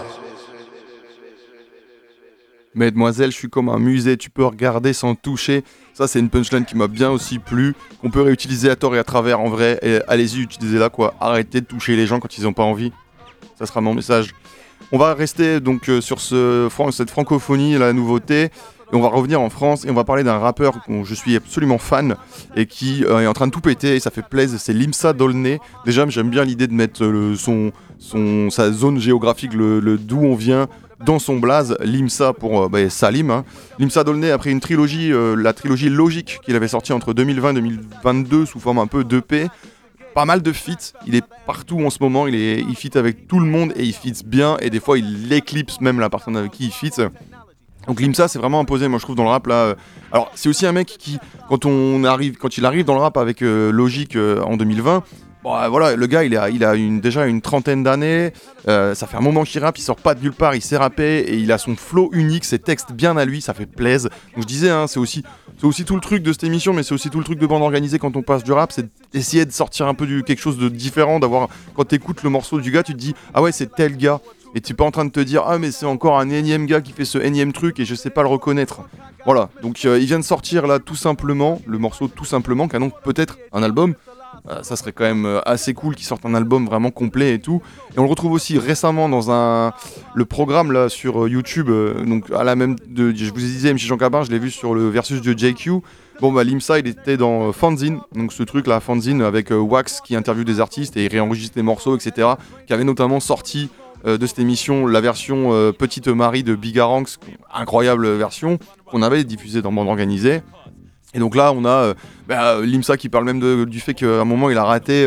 Mademoiselle, je suis comme un musée, tu peux regarder sans toucher. Ça, c'est une punchline qui m'a bien aussi plu, qu'on peut réutiliser à tort et à travers en vrai. Et allez-y, utilisez-la quoi. Arrêtez de toucher les gens quand ils n'ont pas envie. Ça sera mon message. On va rester donc sur cette francophonie, la nouveauté. Et on va revenir en France et on va parler d'un rappeur dont je suis absolument fan et qui est en train de tout péter et ça fait plaisir, c'est Limsa Dolné. Déjà, j'aime bien l'idée de mettre sa zone géographique, d'où on vient, dans son blaze, Limsa pour Salim. Hein. Limsa Dolnay, après une trilogie, la trilogie Logique qu'il avait sortie entre 2020 et 2022 sous forme un peu d'EP. Pas mal de feats, il est partout en ce moment, il feat avec tout le monde et il feat bien et des fois il éclipse même la personne avec qui il feat. Donc Limsa c'est vraiment imposé moi je trouve dans le rap là. Alors c'est aussi un mec qui quand il arrive dans le rap avec Logique en 2020, bon, voilà, le gars il a déjà une trentaine d'années, ça fait un moment qu'il rappe, il sort pas de nulle part, il sait rapper et il a son flow unique, ses textes bien à lui, ça fait plaisir. Donc je disais, hein, c'est aussi tout le truc de cette émission, mais c'est aussi tout le truc de bande organisée quand on passe du rap, c'est d'essayer de sortir un peu quelque chose de différent, d'avoir, quand t'écoutes le morceau du gars, tu te dis, ah ouais c'est tel gars. Et tu es pas en train de te dire, ah mais c'est encore un énième gars qui fait ce énième truc et je sais pas le reconnaître. Voilà, donc il vient de sortir là tout simplement, le morceau tout simplement, qui annonce peut-être un album. Ça serait quand même assez cool qu'il sorte un album vraiment complet et tout. Et on le retrouve aussi récemment dans le programme là sur YouTube, donc à la même je vous disais MC Jean Cabin, je l'ai vu sur le versus de JQ. Bon bah Limsa il était dans Fanzine, donc ce truc là Fanzine avec Wax qui interviewe des artistes et il réenregistre les morceaux etc. Qui avait notamment sorti de cette émission la version Petite Marie de Bigaranx, incroyable version qu'on avait diffusée dans Bande Organisée. Et donc là on a Limsa qui parle même du fait qu'à un moment il a raté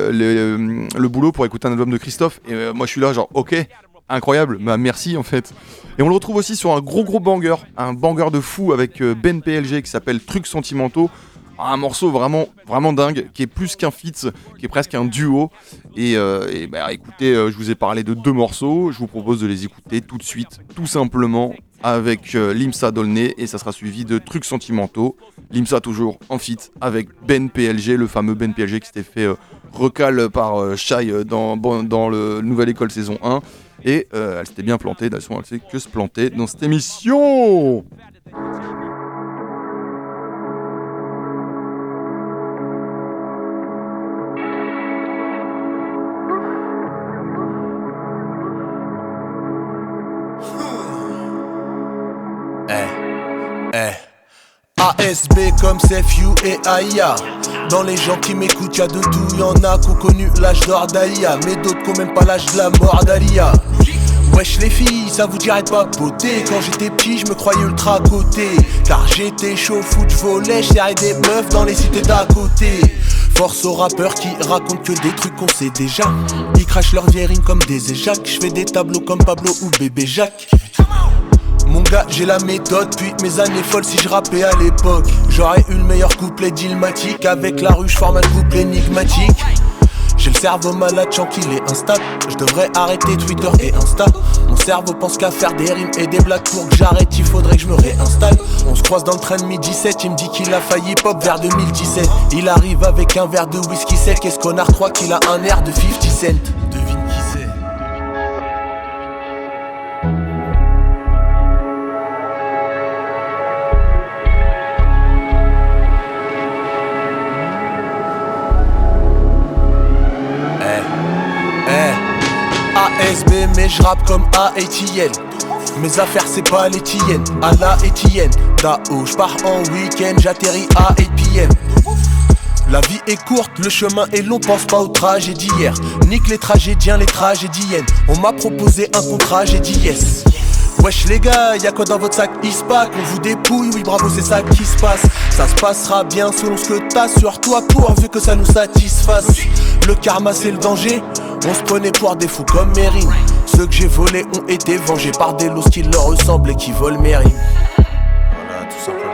le boulot pour écouter un album de Christophe et moi je suis là genre ok incroyable, bah merci en fait. Et on le retrouve aussi sur un gros banger, un banger de fou avec Ben PLG qui s'appelle Trucs Sentimentaux. Un morceau vraiment dingue, qui est plus qu'un feat, qui est presque un duo. Et écoutez, je vous ai parlé de 2 morceaux, je vous propose de les écouter tout de suite, tout simplement, avec Limsa Dolnay, et ça sera suivi de Trucs Sentimentaux. Limsa toujours en feat avec Ben PLG, le fameux Ben PLG qui s'était fait recal par Shai dans le Nouvelle École saison 1. Et elle s'était bien plantée, elle sait que se planter dans cette émission. ASB comme CFU et Aya. Dans les gens qui m'écoutent y'a de tout, y'en a qui ont connu l'âge d'or d'Alia, mais d'autres qui ont même pas l'âge de la mort d'Alia. Wesh les filles, ça vous dirait de papoter. Quand j'étais petit, je me croyais ultra coté, car j'étais chaud foot, je volais, j'serrais des meufs dans les cités d'à côté. Force aux rappeurs qui racontent que des trucs qu'on sait déjà. Ils crachent leurs vieilles rimes comme des éjacs. Je fais des tableaux comme Pablo ou bébé Jacques. Mon gars, j'ai la méthode, puis mes années folles si je rappais à l'époque. J'aurais eu le meilleur couplet d'Ilmatic. Avec la ruche, forme un couple énigmatique. J'ai le cerveau malade, chant qu'il est instable. Je devrais arrêter Twitter et Insta. Mon cerveau pense qu'à faire des rimes et des blagues. Pour que j'arrête, il faudrait que je me réinstalle. On se croise dans le train de 17, il me dit qu'il a failli pop vers 2017. Il arrive avec un verre de whisky sec. Est-ce qu'on a croit qu'il a un air de 50 Cent? Devine qui c'est. ASB mais je rappe comme ATL. Mes affaires c'est pas les tiennes. À la Etienne, Dao, je pars en week-end, j'atterris à 8 PM. La vie est courte, le chemin est long, pense pas aux tragédies d'hier. Nique les tragédiens, les tragédiennes. On m'a proposé un contrat, j'ai dit yes. Wesh les gars, y'a quoi dans votre sac ISPAC? On vous dépouille, oui bravo c'est ça qui se passe. Ça se passera bien selon ce que t'as sur toi, pourvu que ça nous satisfasse. Le karma c'est le danger, on se prenait pour des fous comme mes rimes. Ceux que j'ai volés ont été vengés par des losses qui leur ressemblent et qui volent mes rimes. Voilà, tout simplement.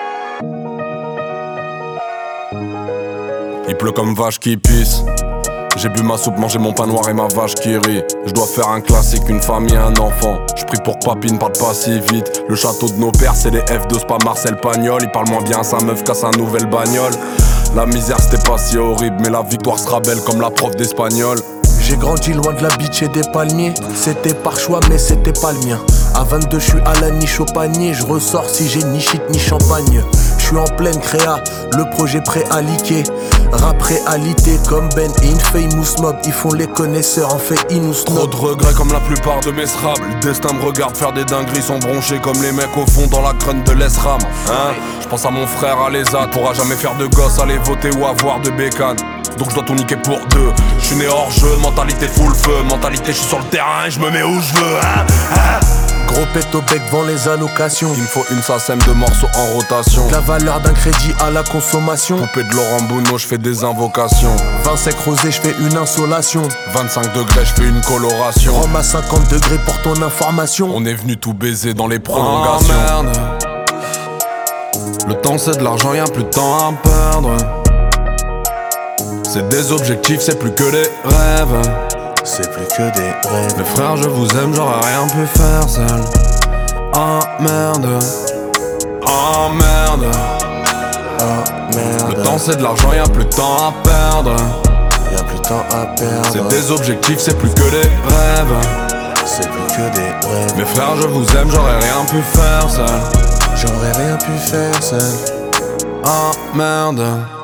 Il pleut comme vache qui pisse. J'ai bu ma soupe, mangé mon pain noir et ma vache qui rit. Je dois faire un classique, une famille, un enfant. Je prie pour que papy ne parle pas si vite. Le château de nos pères, c'est les F2, c'est pas Marcel Pagnol. Il parle moins bien à sa meuf qu'à sa nouvelle bagnole. La misère c'était pas si horrible, mais la victoire sera belle comme la prof d'espagnol. J'ai grandi loin de la beach et des palmiers. C'était par choix mais c'était pas le mien. À 22 je suis à la niche au panier. Je ressors si j'ai ni shit ni champagne. Je suis en pleine créa, le projet prêt à liquer. Rap réalité comme Ben et Infamous Mob. Ils font les connaisseurs, en fait ils nous snob. Trop de regrets comme la plupart de mes srables. Le destin me regarde faire des dingueries, sont bronchés comme les mecs au fond dans la crâne de l'ESRAM. Hein, je pense à mon frère à l'ESAT. Pourra jamais faire de gosse, aller voter ou avoir de bécane. Donc je dois tout niquer pour deux. Je suis né hors jeu, mentalité full feu. Mentalité je suis sur le terrain et je me mets où je veux. Gros pète au bec vend les allocations. Il me faut une SACEM de morceaux en rotation. La valeur d'un crédit à la consommation. Poupée de Laurent Bounot, je fais des invocations. 20 sec rosé, je fais une insolation. 25 degrés, je fais une coloration. Rome à 50 degrés pour ton information. On est venu tout baiser dans les prolongations. Oh merde. Le temps c'est de l'argent, y'a plus de temps à perdre. C'est des objectifs, c'est plus que des rêves. C'est plus que des rêves. Mes frères, je vous aime, j'aurais rien pu faire seul. Oh merde. Oh merde. Oh merde. Le temps c'est de l'argent, y'a plus de temps à perdre. Y'a plus de temps à perdre. C'est des objectifs, c'est plus que des rêves. C'est plus que des rêves. Mes frères, je vous aime, j'aurais rien pu faire seul. J'aurais rien pu faire seul. Oh merde.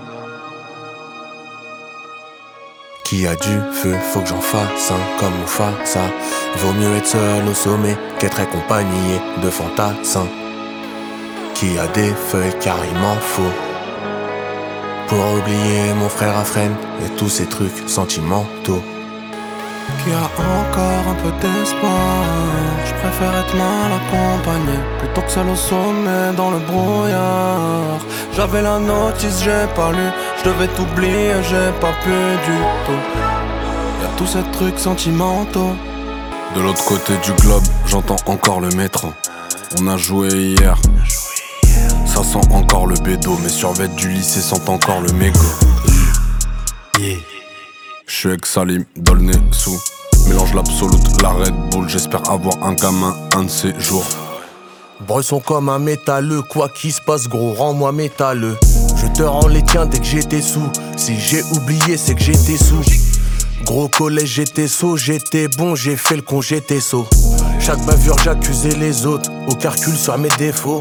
Qui a du feu, faut que j'en fasse un comme Mufasa. Vaut mieux être seul au sommet qu'être accompagné de fantassins. Qui a des feuilles car il m'en faut pour oublier mon frère à freine et tous ces trucs sentimentaux. Qui a encore un peu d'espoir. Je préfère être mal accompagné plutôt que seul au sommet dans le brouillard. J'avais la notice, j'ai pas lu. Je devais t'oublier, j'ai pas pu du tout. Y'a tous ces trucs sentimentaux. De l'autre côté du globe, j'entends encore le métro. On a joué hier. Ça sent encore le bédo. Mes survêtements du lycée sentent encore le mégot. Yeah. Je suis avec Salim, dans le nez sous. Mélange l'absolute, la Red Bull. J'espère avoir un gamin un de ces jours. Bresson comme un métalleux, quoi qu'il se passe gros, rends-moi métalleux. Je te rends les tiens dès que j'étais sous. Si j'ai oublié c'est que j'étais sous. Gros collège j'étais sot, j'étais bon, j'ai fait le con, j'étais sot. Chaque bavure j'accusais les autres, au calcul sur mes défauts.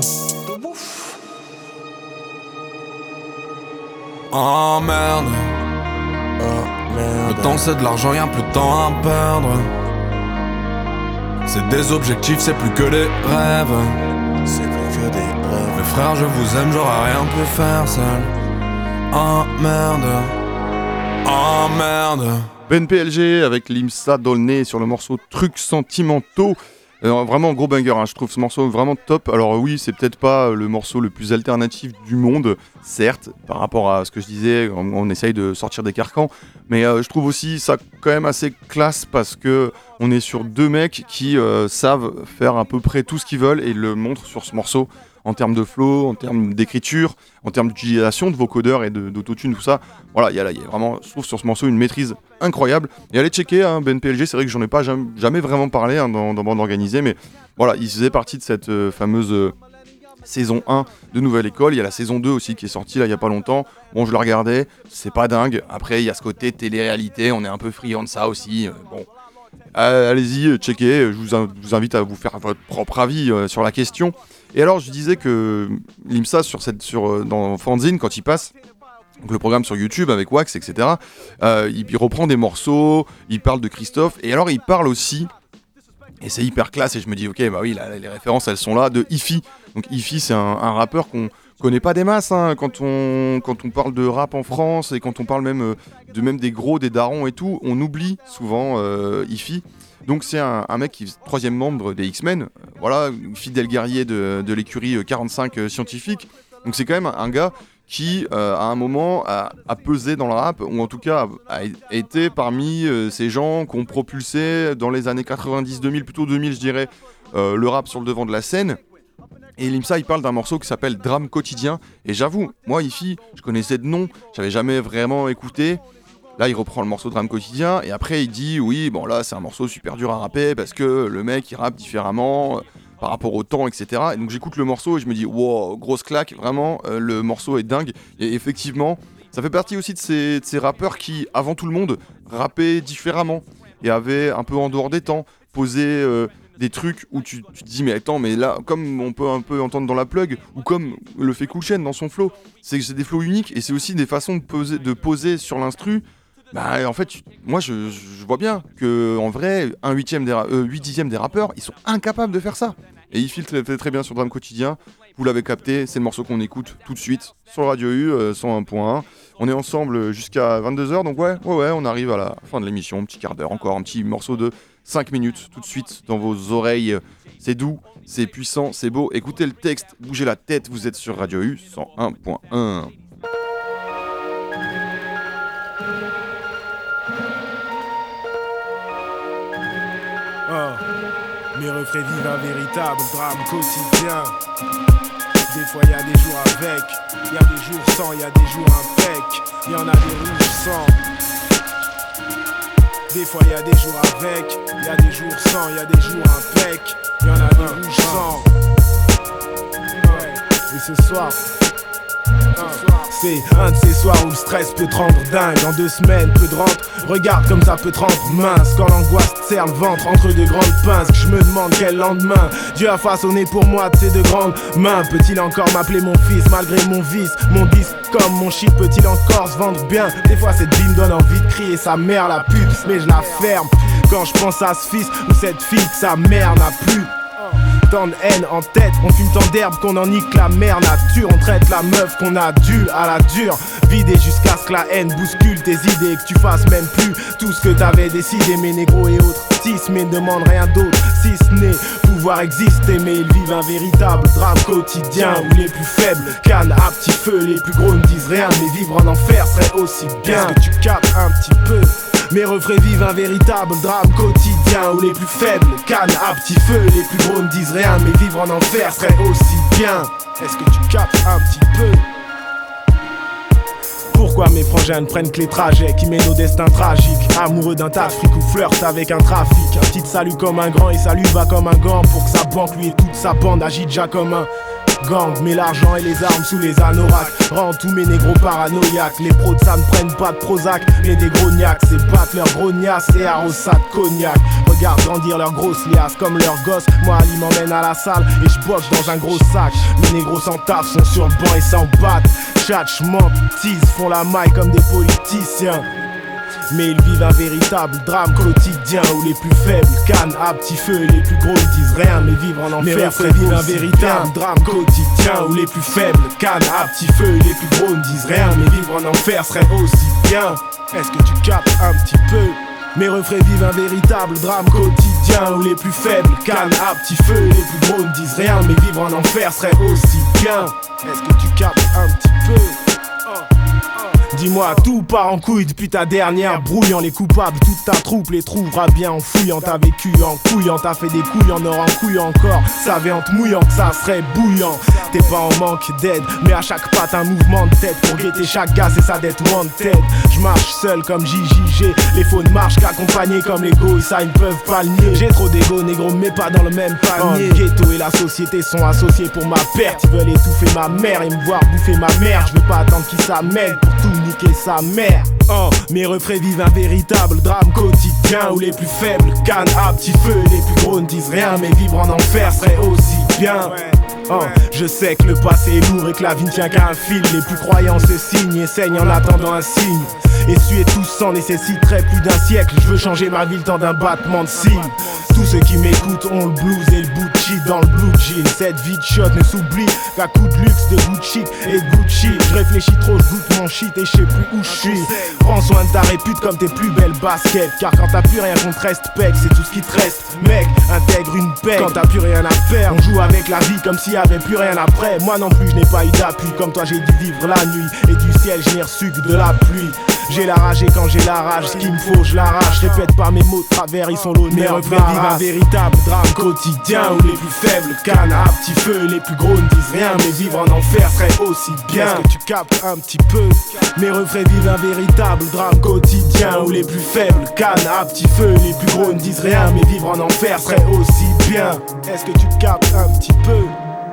Oh merde. Oh merde. Le temps c'est de l'argent, y'a plus de temps à perdre. C'est des objectifs, c'est plus que des rêves. C'est plus que des rêves. Mes frères, je vous aime, j'aurais rien pu faire seul. Oh merde. Oh merde. Ben PLG avec Limsa Dolné sur le morceau Trucs Sentimentaux. Vraiment gros banger, hein. Je trouve ce morceau vraiment top. Alors oui, c'est peut-être pas le morceau le plus alternatif du monde, certes, par rapport à ce que je disais, on essaye de sortir des carcans, mais je trouve aussi ça quand même assez classe parce que on est sur deux mecs qui savent faire à peu près tout ce qu'ils veulent et ils le montrent sur ce morceau en termes de flow, en termes d'écriture, en termes d'utilisation de vocodeurs et d'autotune, tout ça. Voilà, il y a vraiment, je trouve sur ce morceau une maîtrise incroyable. Et allez checker, hein, Ben PLG, c'est vrai que j'en ai pas jamais vraiment parlé hein, dans Bande Organisée, mais voilà, il faisait partie de cette fameuse saison 1 de Nouvelle École. Il y a la saison 2 aussi qui est sortie là il y a pas longtemps. Bon, je la regardais, c'est pas dingue. Après, il y a ce côté télé-réalité, on est un peu friand de ça aussi. Bon, allez-y, checker. Je vous invite à vous faire votre propre avis sur la question. Et alors, je disais que Limsa, dans Fanzine, quand il passe, donc le programme sur YouTube avec Wax, etc., il reprend des morceaux, il parle de Christophe, et alors il parle aussi, et c'est hyper classe, et je me dis, ok, bah oui, là, les références, elles sont là, de Ify. Donc Ify, c'est un rappeur qu'on connaît pas des masses, hein, quand on parle de rap en France, et quand on parle même des gros, des darons et tout, on oublie souvent Ify. Donc c'est un mec qui est 3e membre des X-Men, voilà, fidèle guerrier de l'écurie 45 scientifique. Donc c'est quand même un gars qui, à un moment, a pesé dans le rap, ou en tout cas a été parmi ces gens qui ont propulsé dans les années 90-2000, plutôt 2000 je dirais, le rap sur le devant de la scène. Et Limsa, il parle d'un morceau qui s'appelle Drame quotidien. Et j'avoue, moi, Ify, je connaissais de nom, j'avais jamais vraiment écouté. Là, il reprend le morceau Drame Quotidien et après il dit oui, bon là c'est un morceau super dur à rapper parce que le mec il rappe différemment par rapport au temps, etc. Et donc j'écoute le morceau et je me dis wow, grosse claque, vraiment, le morceau est dingue. Et effectivement, ça fait partie aussi de ces rappeurs qui, avant tout le monde, rappaient différemment et avaient un peu en dehors des temps posé des trucs où tu te dis mais attends, mais là, comme on peut un peu entendre dans la plug ou comme le fait Cool Chain dans son flow, c'est des flows uniques et c'est aussi des façons de poser sur l'instru. Bah en fait, moi je vois bien que en vrai, 8/10 des rappeurs, ils sont incapables de faire ça. Et il file très bien sur Drame Quotidien. Vous l'avez capté, c'est le morceau qu'on écoute tout de suite sur Radio U 101.1. On est ensemble jusqu'à 22h, donc ouais, on arrive à la fin de l'émission, un petit quart d'heure encore, un petit morceau de 5 minutes tout de suite dans vos oreilles. C'est doux, c'est puissant, c'est beau. Écoutez le texte, bougez la tête, vous êtes sur Radio U 101.1. Mes refrains vivent un véritable drame quotidien. Des fois y'a des jours avec, y'a des jours sans, y'a des jours impec, y'en a des rouges sans. Des fois y'a des jours avec, y'a des jours sans, y'a des jours impec, y'en a des rouges sans. Et ce soir, c'est un de ces soirs où le stress peut te rendre dingue. En 2 semaines, peu de rente, regarde comme ça peut te rendre mince. Quand l'angoisse te serre le ventre entre de grandes pinces, que je me demande quel lendemain Dieu a façonné pour moi de ses 2 grandes mains. Peut-il encore m'appeler mon fils malgré mon vice? Mon disque comme mon shit peut-il encore se vendre bien? Des fois cette vie me donne envie de crier sa mère la pute, mais je la ferme quand je pense à ce fils ou cette fille que sa mère n'a plus. Tant de haine en tête, on fume tant d'herbe qu'on en nique la mère nature. On traite la meuf qu'on adule à la dure, vider jusqu'à ce que la haine bouscule tes idées, que tu fasses même plus tout ce que t'avais décidé. Mes négros et autres tis, mais ne demandent rien d'autre si ce n'est pouvoir exister. Mais ils vivent un véritable drame quotidien où les plus faibles canent à petit feu, les plus gros ne disent rien. Mais vivre en enfer serait aussi bien. Est-ce que tu captes un petit peu? Mes refrains vivent un véritable drame quotidien où les plus faibles canent à petit feu, les plus gros ne disent rien. Mais vivre en enfer serait aussi bien. Est-ce que tu captes un petit peu? Pourquoi mes frangins prennent que les trajets qui mènent au destin tragique? Amoureux d'un tas de fric ou flirte avec un trafic. Un petit salut comme un grand et salut va comme un gant. Pour que sa banque lui et toute sa bande agit déjà comme un gang. Mais l'argent et les armes sous les anoraks rend tous mes négros paranoïaques. Les pros de ça ne prennent pas de Prozac mais des grognacs. C'est battre leurs grognasses et arrosent ça de cognac. Regarde grandir leurs grosses liasses comme leurs gosses. Moi Ali m'emmène à la salle et je boxe dans un gros sac. Mes négros sans taf sont sur le banc et s'en battent. Tchatch, mentent, font la maille comme des politiciens. Mais ils vivent un véritable drame quotidien où les plus faibles canent à petit feu et les plus gros ne disent rien. Mais vivre en enfer serait vivre un véritable drame quotidien où les plus faibles canent à petit feu et les plus gros ne disent rien. Mais vivre en enfer serait aussi bien. Est-ce que tu captes un petit peu? Mes refrains vivent un véritable drame quotidien où les plus faibles canent à petit feu et les plus gros ne disent rien. Mais vivre en enfer serait aussi bien. Est-ce que tu captes un petit peu? Dis-moi, tout part en couille depuis ta dernière brouillant. Les coupables, toute ta troupe les trouvera bien en fouillant. T'as vécu en couillant, t'as fait des couilles en or en couille encore. Savais en te mouillant que ça serait bouillant. T'es pas en manque d'aide, mais à chaque patte un mouvement de tête. Pour guetter chaque gars, c'est sa dette wanted. J'marche seul comme JJG. Les faux ne marchent qu'accompagnés comme l'ego, et ça ils ne peuvent pas le nier. J'ai trop d'ego, négro, mais pas dans le même panier. Le ghetto et la société sont associés pour ma perte. Ils veulent étouffer ma mère et me voir bouffer ma mère. Je veux pas attendre qu'ils s'amènent pour tout niquer sa mère. Mes refrains vivent un véritable drame quotidien où les plus faibles canent à petit feu et les plus gros ne disent rien. Mais vivre en enfer serait aussi bien. Je sais que le passé est lourd et que la vie ne tient qu'à un fil. Les plus croyants se signent et saignent en attendant un signe. Essuyer tout sang nécessiterait plus d'un siècle. Je veux changer ma vie le temps d'un battement de cils. Tous ceux qui m'écoutent ont le blues et le bout de shit dans le blue jean. Cette vie de shot ne s'oublie qu'à coup de luxe, de Gucci et de Gucci. Je réfléchis trop, je goûte mon shit et je sais plus où je suis. Prends soin de ta répute comme tes plus belles baskets. Car quand t'as plus rien qu'on te respecte, c'est tout ce qui te reste. Mec, intègre une paix. Quand t'as plus rien à faire, on joue avec la vie comme s'il y avait plus rien après. Moi non plus je n'ai pas eu d'appui. Comme toi j'ai dû vivre la nuit et du ciel je n'ai reçu que de la pluie. J'ai la rage et quand j'ai la rage, ce qu'il me faut je l'arrache. Répète pas mes mots de travers, ils sont l'honneur. Mes refrains vivent un véritable drame quotidien où les plus faibles canent à petit feu, les plus gros ne disent rien. Mais vivre en enfer serait aussi bien. Est-ce que tu captes un petit peu? Mes refrains vivent un véritable drame quotidien où les plus faibles canent à petit feu, les plus gros ne disent rien. Mais vivre en enfer serait aussi bien. Est-ce que tu captes un petit peu?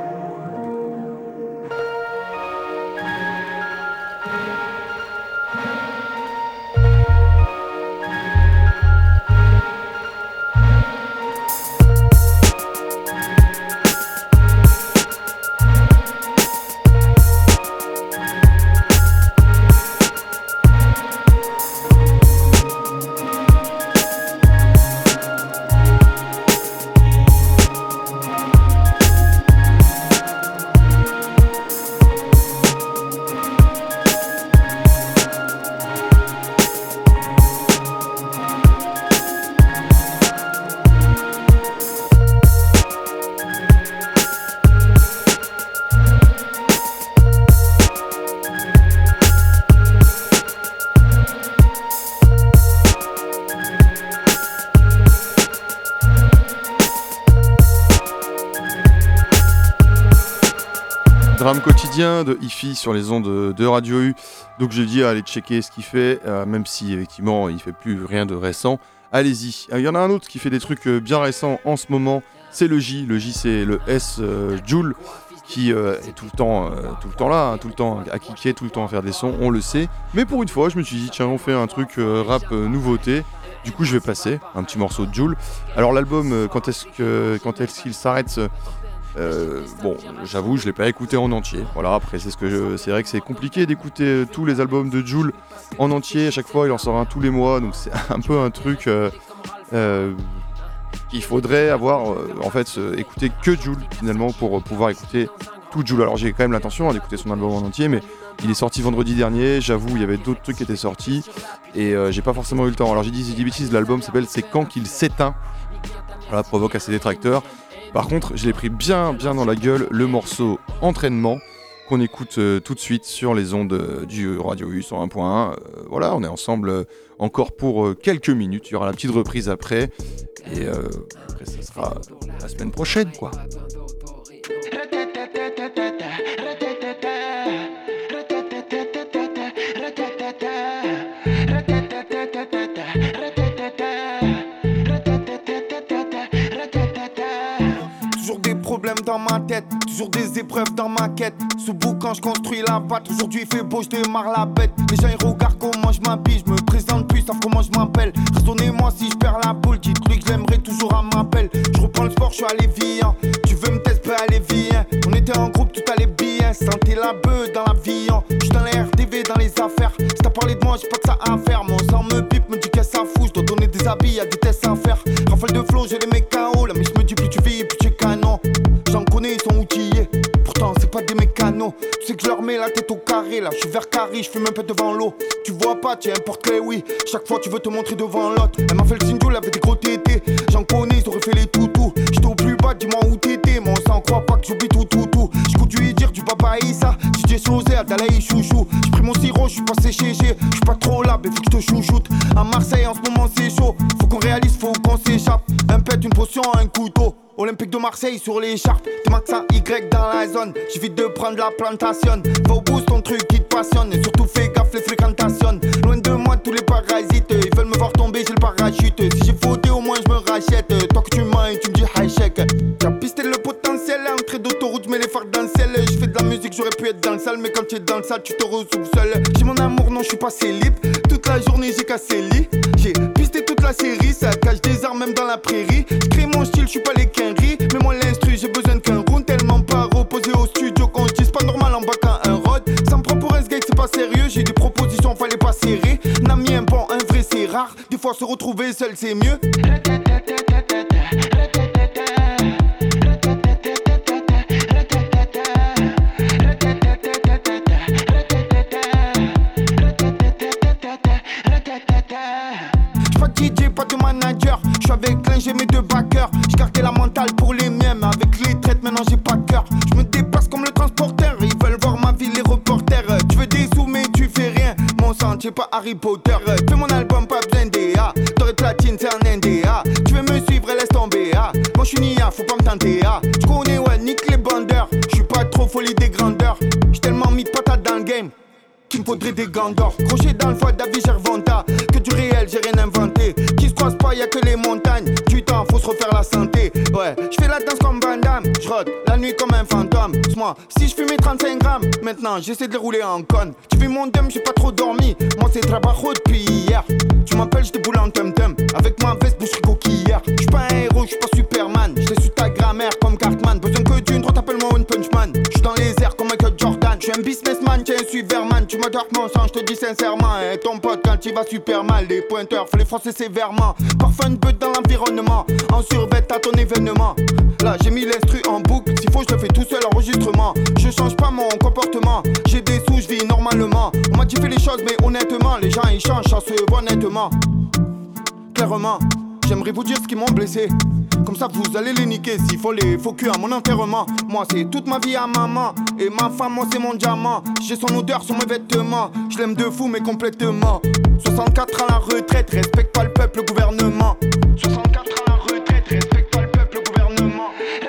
Drame quotidien de Ifi sur les ondes de Radio U. Donc j'ai dit allez checker ce qu'il fait, même si effectivement il fait plus rien de récent. Allez-y. Il y en a un autre qui fait des trucs bien récents en ce moment. C'est le J. Le J c'est le S Joule qui est tout le temps là, hein, tout le temps à kicker, tout le temps à faire des sons. On le sait. Mais pour une fois je me suis dit tiens on fait un truc rap nouveauté. Du coup je vais passer un petit morceau de Joule. Alors l'album quand est-ce qu'il s'arrête bon, j'avoue, je l'ai pas écouté en entier. Voilà, après c'est vrai que c'est compliqué d'écouter tous les albums de Joule en entier. À chaque fois, il en sort un tous les mois, donc c'est un peu un truc qu'il faudrait avoir écouter que Joule finalement pour pouvoir écouter tout Joule. Alors j'ai quand même l'intention d'écouter son album en entier, mais il est sorti vendredi dernier. J'avoue, il y avait d'autres trucs qui étaient sortis et j'ai pas forcément eu le temps. Alors j'ai dit bêtises, l'album s'appelle C'est quand qu'il s'éteint. Voilà, provoque assez détracteurs. Par contre, je l'ai pris bien dans la gueule, le morceau Entraînement, qu'on écoute tout de suite sur les ondes du Radio U 101.1. Voilà, on est ensemble encore pour quelques minutes. Il y aura la petite reprise après. Et après, ça sera la semaine prochaine, quoi. Dans ma tête, toujours des épreuves dans ma quête. Sous boucan, je construis la batte. Aujourd'hui, il fait beau, je démarre la bête. Les gens ils regardent comment je m'habille. Je me présente plus, savent comment je m'appelle. Raisonnez-moi si je perds la boule. Dites-lui que je l'aimerais toujours à m'appel. Je reprends le sport, je suis allé viens. Tu veux me tester, allez viens. On était en groupe, tout allait bien. Sentez la beuh dans l'avion. Je suis dans les RDV, dans les affaires. Si t'as parlé de moi, j'ai pas que ça à faire. Mon sang me pipe, me dit qu'est-ce que ça fout. Je dois donner des habits, y'a des tests à faire. Rafale de flow, j'ai les mecs KO. La miss me dit plus tu vis, plus tu es canon. J'en connais, ils sont outillés. Pourtant, c'est pas des mécanos. Tu sais que je leur mets la tête au carré. Là, je suis vert carré, je fume un peu devant l'eau. Tu vois pas, tu importes clé, oui. Chaque fois, tu veux te montrer devant l'autre. Elle m'a fait le signe d'où, elle avait des gros tétés. J'en connais, ils auraient fait les toutous. J'étais au plus bas, dis-moi où t'étais. Moi, on s'en croit pas que j'oublie tout. J'écoute du dire du papa Issa. DJ Chosé, Adalaï chouchou. J'ai pris mon sirop, je suis passé chez G. Je suis pas trop là, mais faut que je te chouchoute. À Marseille, en ce moment, c'est chaud. Faut qu'on réalise, faut qu'on s'échappe. Un pet, une potion, un couteau. Olympique de Marseille sur l'écharpe. T'es max à Y dans la zone. J'évite de prendre la plantation. Va au bout, ton truc qui te passionne. Et surtout fais gaffe les fréquentations. Loin de moi tous les parasites. Ils veulent me voir tomber, j'ai le parachute. Si j'ai fauté au moins je me rachète. Toi que tu mens et tu me dis high check. J'ai pisté le potentiel. Entrée d'autoroute, je mets les phares dans le ciel. Je fais de la musique, j'aurais pu être dans le salle. Mais quand tu es dans le salle, tu te retrouves seul. J'ai mon amour, non je suis pas célib. Toute la journée j'ai cassé le lit. J'ai pisté toute la série. Ça cache des armes même dans la prairie. J'crée mon style, je suis pas les quinries. Mais moi l'instru, j'ai besoin qu'un round. Tellement pas reposé au studio qu'on se dise pas normal en bac à un rod. Ça me prend pour un skate, c'est pas sérieux. J'ai des propositions, fallait pas serrer. N'ami un bon, un vrai c'est rare. Des fois se retrouver seul c'est mieux. Pas de manager, je suis avec l'un, j'ai mes deux backers. J'ai gardé la mentale pour les miens, mais avec les traites maintenant j'ai pas de cœur. Je me dépasse comme le transporteur, ils veulent voir ma vie les reporters. Tu veux des sous mais tu fais rien, mon sang tu c'est pas Harry Potter. Fais mon album, pas besoin d'EA. T'aurais platine, c'est un NDA. Tu veux me suivre, laisse tomber. Moi j'suis Nia, faut pas me tenter. Tu connais, ouais, nique les bandeurs. J'suis pas trop folie des grandeurs. J'suis tellement mis de patate dans le game qu'il me faudrait des gants d'or. Crochet dans le foie, David Gervonta. Que du réel, j'ai rien inventé. Qui se croise pas, y'a que les montagnes. Du temps, faut se refaire la santé. Ouais, j'fais la danse comme Van Damme. J'rote la nuit comme un fantôme. Moi, si j'fumais 35 grammes, maintenant j'essaie de les rouler en conne. Tu vis mon dum, j'ai pas trop dormi. Moi, c'est trabajo depuis hier. Tu m'appelles, j'te boule en tum-tum. Avec ma veste, bouche coquillère. J'suis pas un héros, j'suis pas Superman. J'te suis ta grammaire comme Cartman. Besoin que d'une droite, appelle-moi One Punch Man. J'suis dans les airs comme Michael Jordan. J'suis un businessman, t'es un Superman. Tu m'adores mon sang, j'te dis sincèrement. Et ton pote, quand il va super mal, les pointeurs, faut les forcer sévèrement. Parfum de beuh dans l'environnement. En survêt à ton événement. Là, j'ai mis l'instru en boucle. S'il faut, je le fais tout seul, enregistrement. Je change pas mon comportement. J'ai des sous, je vis normalement. On m'a dit fais les choses, mais honnêtement, les gens ils changent, ça se voit nettement. Clairement, j'aimerais vous dire ce qui m'ont blessé. Comme ça vous allez les niquer s'il faut les faux culs à mon enterrement. Moi c'est toute ma vie à maman. Et ma femme moi c'est mon diamant. J'ai son odeur sur mes vêtements. Je l'aime de fou mais complètement. 64 à la retraite, respecte pas le peuple, le gouvernement. 64 à la retraite, respecte pas le peuple, le gouvernement.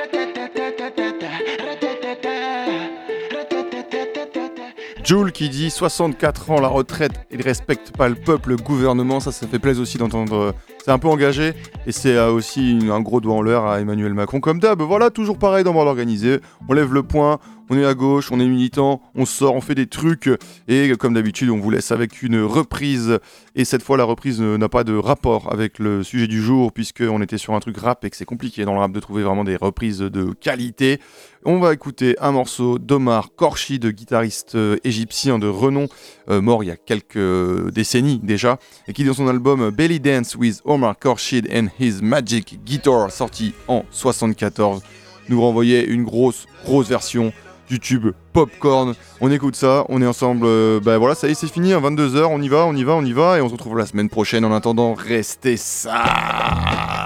Jul qui dit 64 ans la retraite, il respecte pas le peuple, le gouvernement, ça fait plaisir aussi d'entendre. C'est un peu engagé et c'est aussi un gros doigt en l'air à Emmanuel Macron comme d'hab. Voilà, toujours pareil dans Bande Organisée, on lève le poing, on est à gauche, on est militant, on sort, on fait des trucs et comme d'habitude on vous laisse avec une reprise et cette fois la reprise n'a pas de rapport avec le sujet du jour puisqu'on était sur un truc rap et que c'est compliqué dans le rap de trouver vraiment des reprises de qualité. On va écouter un morceau d'Omar Khorshid, guitariste égyptien de renom, mort il y a quelques décennies déjà, et qui dans son album Belly Dance with Omar Khorshid and His Magic Guitar, sorti en 74, nous renvoyait une grosse version du tube Popcorn. On écoute ça, on est ensemble, voilà, ça y est, c'est fini, à 22h, on y va, et on se retrouve la semaine prochaine. En attendant, restez sages.